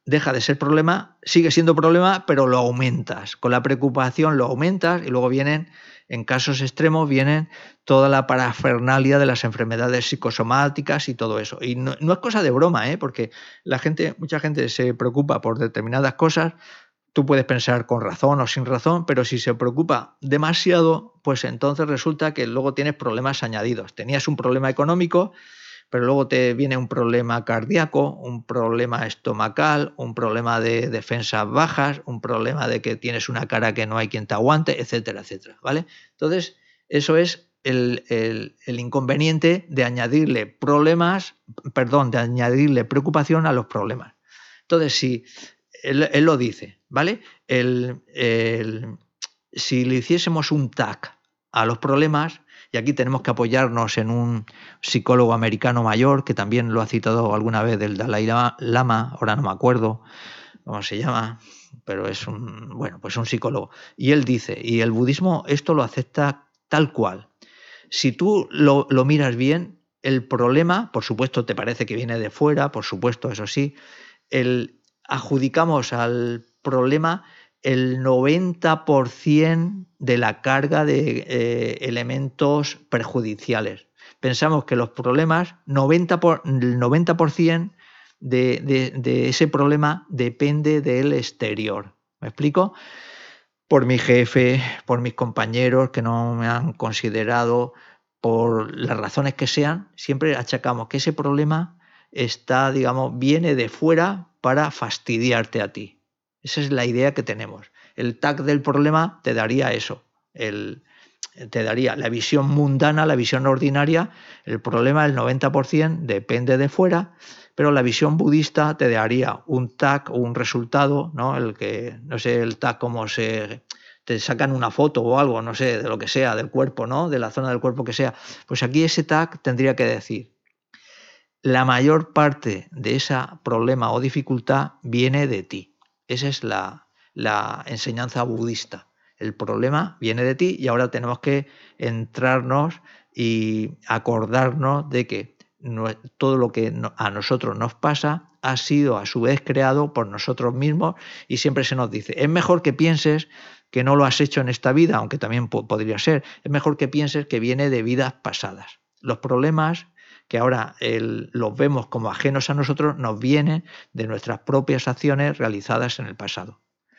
deja de ser problema, sigue siendo problema, pero lo aumentas. Con la preocupación lo aumentas y luego vienen, en casos extremos, vienen toda la parafernalia de las enfermedades psicosomáticas y todo eso. Y no, no es cosa de broma, ¿eh? Porque la gente, mucha gente se preocupa por determinadas cosas. Tú puedes pensar con razón o sin razón, pero si se preocupa demasiado, pues entonces resulta que luego tienes problemas añadidos. Tenías un problema económico, pero luego te viene un problema cardíaco, un problema estomacal, un problema de defensas bajas, un problema de que tienes una cara que no hay quien te aguante, etcétera, etcétera, ¿vale? Entonces, eso es el, el, el inconveniente de añadirle problemas, perdón, de añadirle preocupación a los problemas. Entonces, si él, él lo dice, ¿vale? El, el, si le hiciésemos un tag a los problemas, y aquí tenemos que apoyarnos en un psicólogo americano mayor, que también lo ha citado alguna vez del Dalai Lama, ahora no me acuerdo cómo se llama, pero es un, bueno, pues un psicólogo. Y él dice, y el budismo esto lo acepta tal cual. Si tú lo, lo miras bien, el problema, por supuesto, te parece que viene de fuera, por supuesto, eso sí, el, adjudicamos al problema el noventa por ciento de la carga de eh, elementos perjudiciales. Pensamos que los problemas, noventa por, el noventa por ciento de, de, de ese problema depende del exterior. ¿Me explico? Por mi jefe, por mis compañeros que no me han considerado, por las razones que sean, siempre achacamos que ese problema está, digamos, viene de fuera para fastidiarte a ti. Esa es la idea que tenemos. El tag del problema te daría eso, el, te daría la visión mundana, la visión ordinaria. El problema, el noventa por ciento, depende de fuera, pero la visión budista te daría un tag o un resultado, ¿no? El que, no sé, el tag como se... te sacan una foto o algo, no sé, de lo que sea, del cuerpo, ¿no? De la zona del cuerpo que sea. Pues aquí ese tag tendría que decir: la mayor parte de ese problema o dificultad viene de ti. Esa es la, la enseñanza budista. El problema viene de ti y ahora tenemos que entrarnos y acordarnos de que no, todo lo que no, a nosotros nos pasa ha sido a su vez creado por nosotros mismos, y siempre se nos dice, es mejor que pienses que no lo has hecho en esta vida, aunque también po- podría ser, es mejor que pienses que viene de vidas pasadas. Los problemas que ahora el, los vemos como ajenos a nosotros, nos vienen de nuestras propias acciones realizadas en el pasado.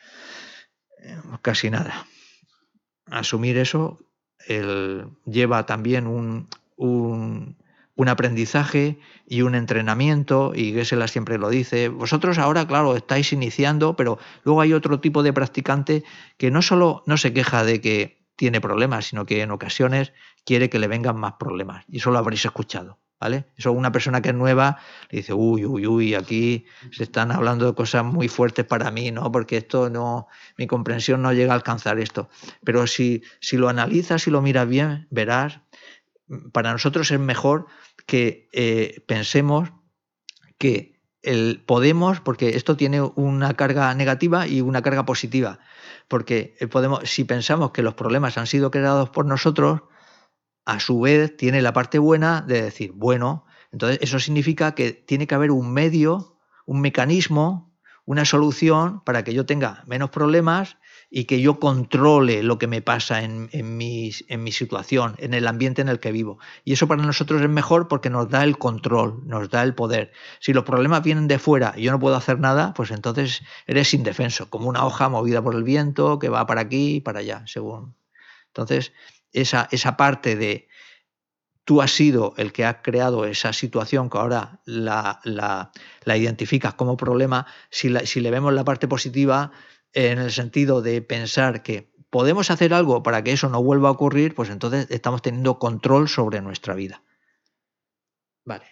Eh, casi nada. Asumir eso el, lleva también un, un, un aprendizaje y un entrenamiento, y Geshe-la siempre lo dice. Vosotros ahora, claro, estáis iniciando, pero luego hay otro tipo de practicante que no solo no se queja de que tiene problemas, sino que en ocasiones quiere que le vengan más problemas. Y eso lo habréis escuchado. ¿Vale? Eso una persona que es nueva le dice, uy, uy, uy, aquí se están hablando de cosas muy fuertes para mí, ¿no? Porque esto no, mi comprensión no llega a alcanzar esto. Pero si, si lo analizas y lo miras bien, verás, para nosotros es mejor que eh, pensemos que el podemos, porque esto tiene una carga negativa y una carga positiva, porque podemos, si pensamos que los problemas han sido creados por nosotros, a su vez tiene la parte buena de decir, bueno, entonces eso significa que tiene que haber un medio, un mecanismo, una solución para que yo tenga menos problemas y que yo controle lo que me pasa en, en, mi, en mi situación, en el ambiente en el que vivo. Y eso para nosotros es mejor porque nos da el control, nos da el poder. Si los problemas vienen de fuera y yo no puedo hacer nada, pues entonces eres indefenso, como una hoja movida por el viento que va para aquí y para allá, según. Entonces, Esa, esa parte de tú has sido el que ha creado esa situación que ahora la, la, la identificas como problema, si, la, si le vemos la parte positiva en el sentido de pensar que podemos hacer algo para que eso no vuelva a ocurrir, pues entonces estamos teniendo control sobre nuestra vida. Vale.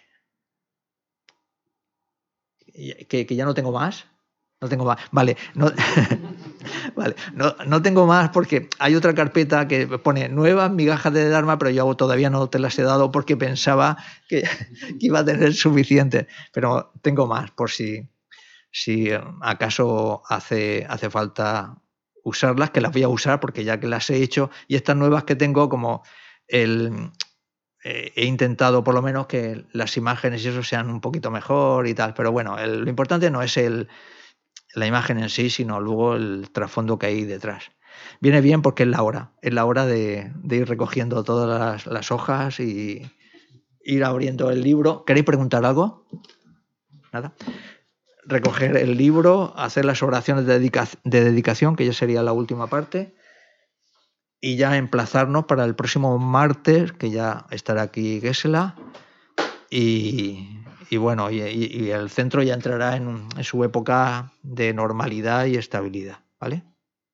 ¿Que, que ya no tengo más? No tengo más. Vale, no, vale. No, no tengo más porque hay otra carpeta que pone nuevas migajas de Dharma, pero yo todavía no te las he dado porque pensaba que, que iba a tener suficiente. Pero tengo más por si, si acaso hace, hace falta usarlas, que las voy a usar porque ya que las he hecho, y estas nuevas que tengo, como el... Eh, he intentado por lo menos que las imágenes y eso sean un poquito mejor y tal, pero bueno, el, lo importante no es el la imagen en sí, sino luego el trasfondo que hay detrás. Viene bien porque es la hora, es la hora de, de ir recogiendo todas las, las hojas y ir abriendo el libro. ¿Queréis preguntar algo? Nada. Recoger el libro, hacer las oraciones de, dedica de dedicación, que ya sería la última parte, y ya emplazarnos para el próximo martes, que ya estará aquí Gisela, y, y bueno, y, y el centro ya entrará en, en su época de normalidad y estabilidad, ¿vale?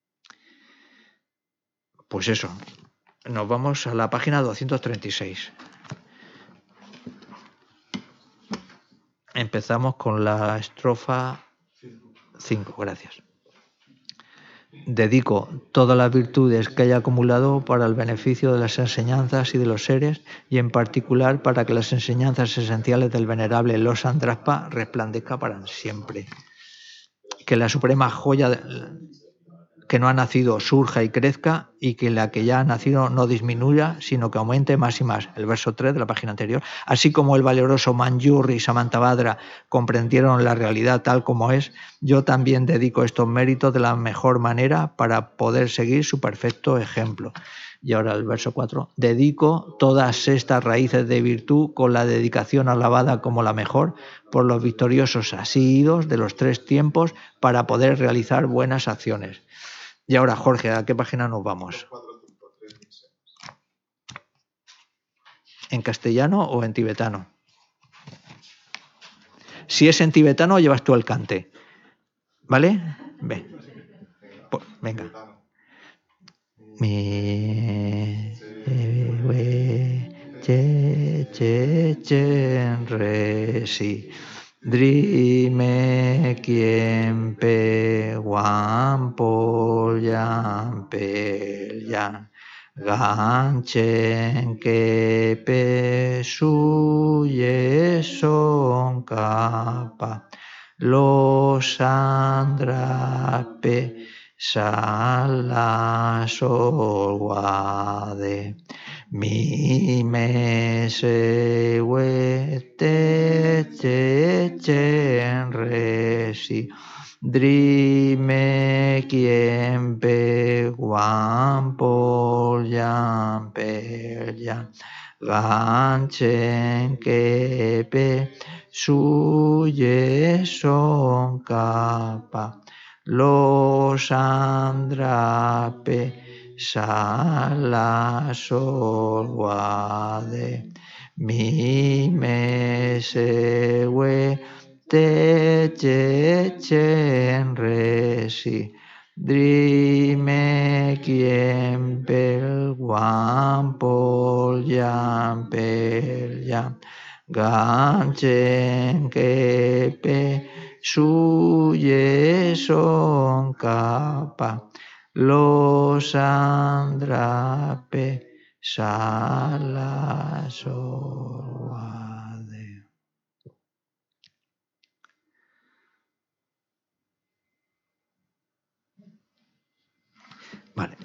Pues eso, nos vamos a la página doscientos treinta y seis. Empezamos con la estrofa cinco, gracias. Dedico todas las virtudes que haya acumulado para el beneficio de las enseñanzas y de los seres, y en particular para que las enseñanzas esenciales del venerable Losandraspa resplandezcan para siempre. Que la suprema joya de, que no ha nacido surja y crezca, y que la que ya ha nacido no disminuya, sino que aumente más y más. El verso tres de la página anterior. Así como el valeroso Manjurri y Samantabhadra comprendieron la realidad tal como es, yo también dedico estos méritos de la mejor manera para poder seguir su perfecto ejemplo. Y ahora el verso cuatro. Dedico todas estas raíces de virtud con la dedicación alabada como la mejor por los victoriosos asidos de los tres tiempos para poder realizar buenas acciones. Y ahora, Jorge, ¿a qué página nos vamos? ¿En castellano o en tibetano? Si es en tibetano, llevas tú el cante. ¿Vale? Ven. Pues, venga. Mi che che che re si drime quien pe guampo yan pe yan ganchen que pe suye son capa los andrape sala solguade mi me se huete che chen resi drime quien pe guampo yan pe yan ganchen que pe suye son capa los andrape sala solguade mi me se we te che chen resi drime quien pel guampo yan pel yan ganchen que pe suye son capa los andrape sala solguade. Vale.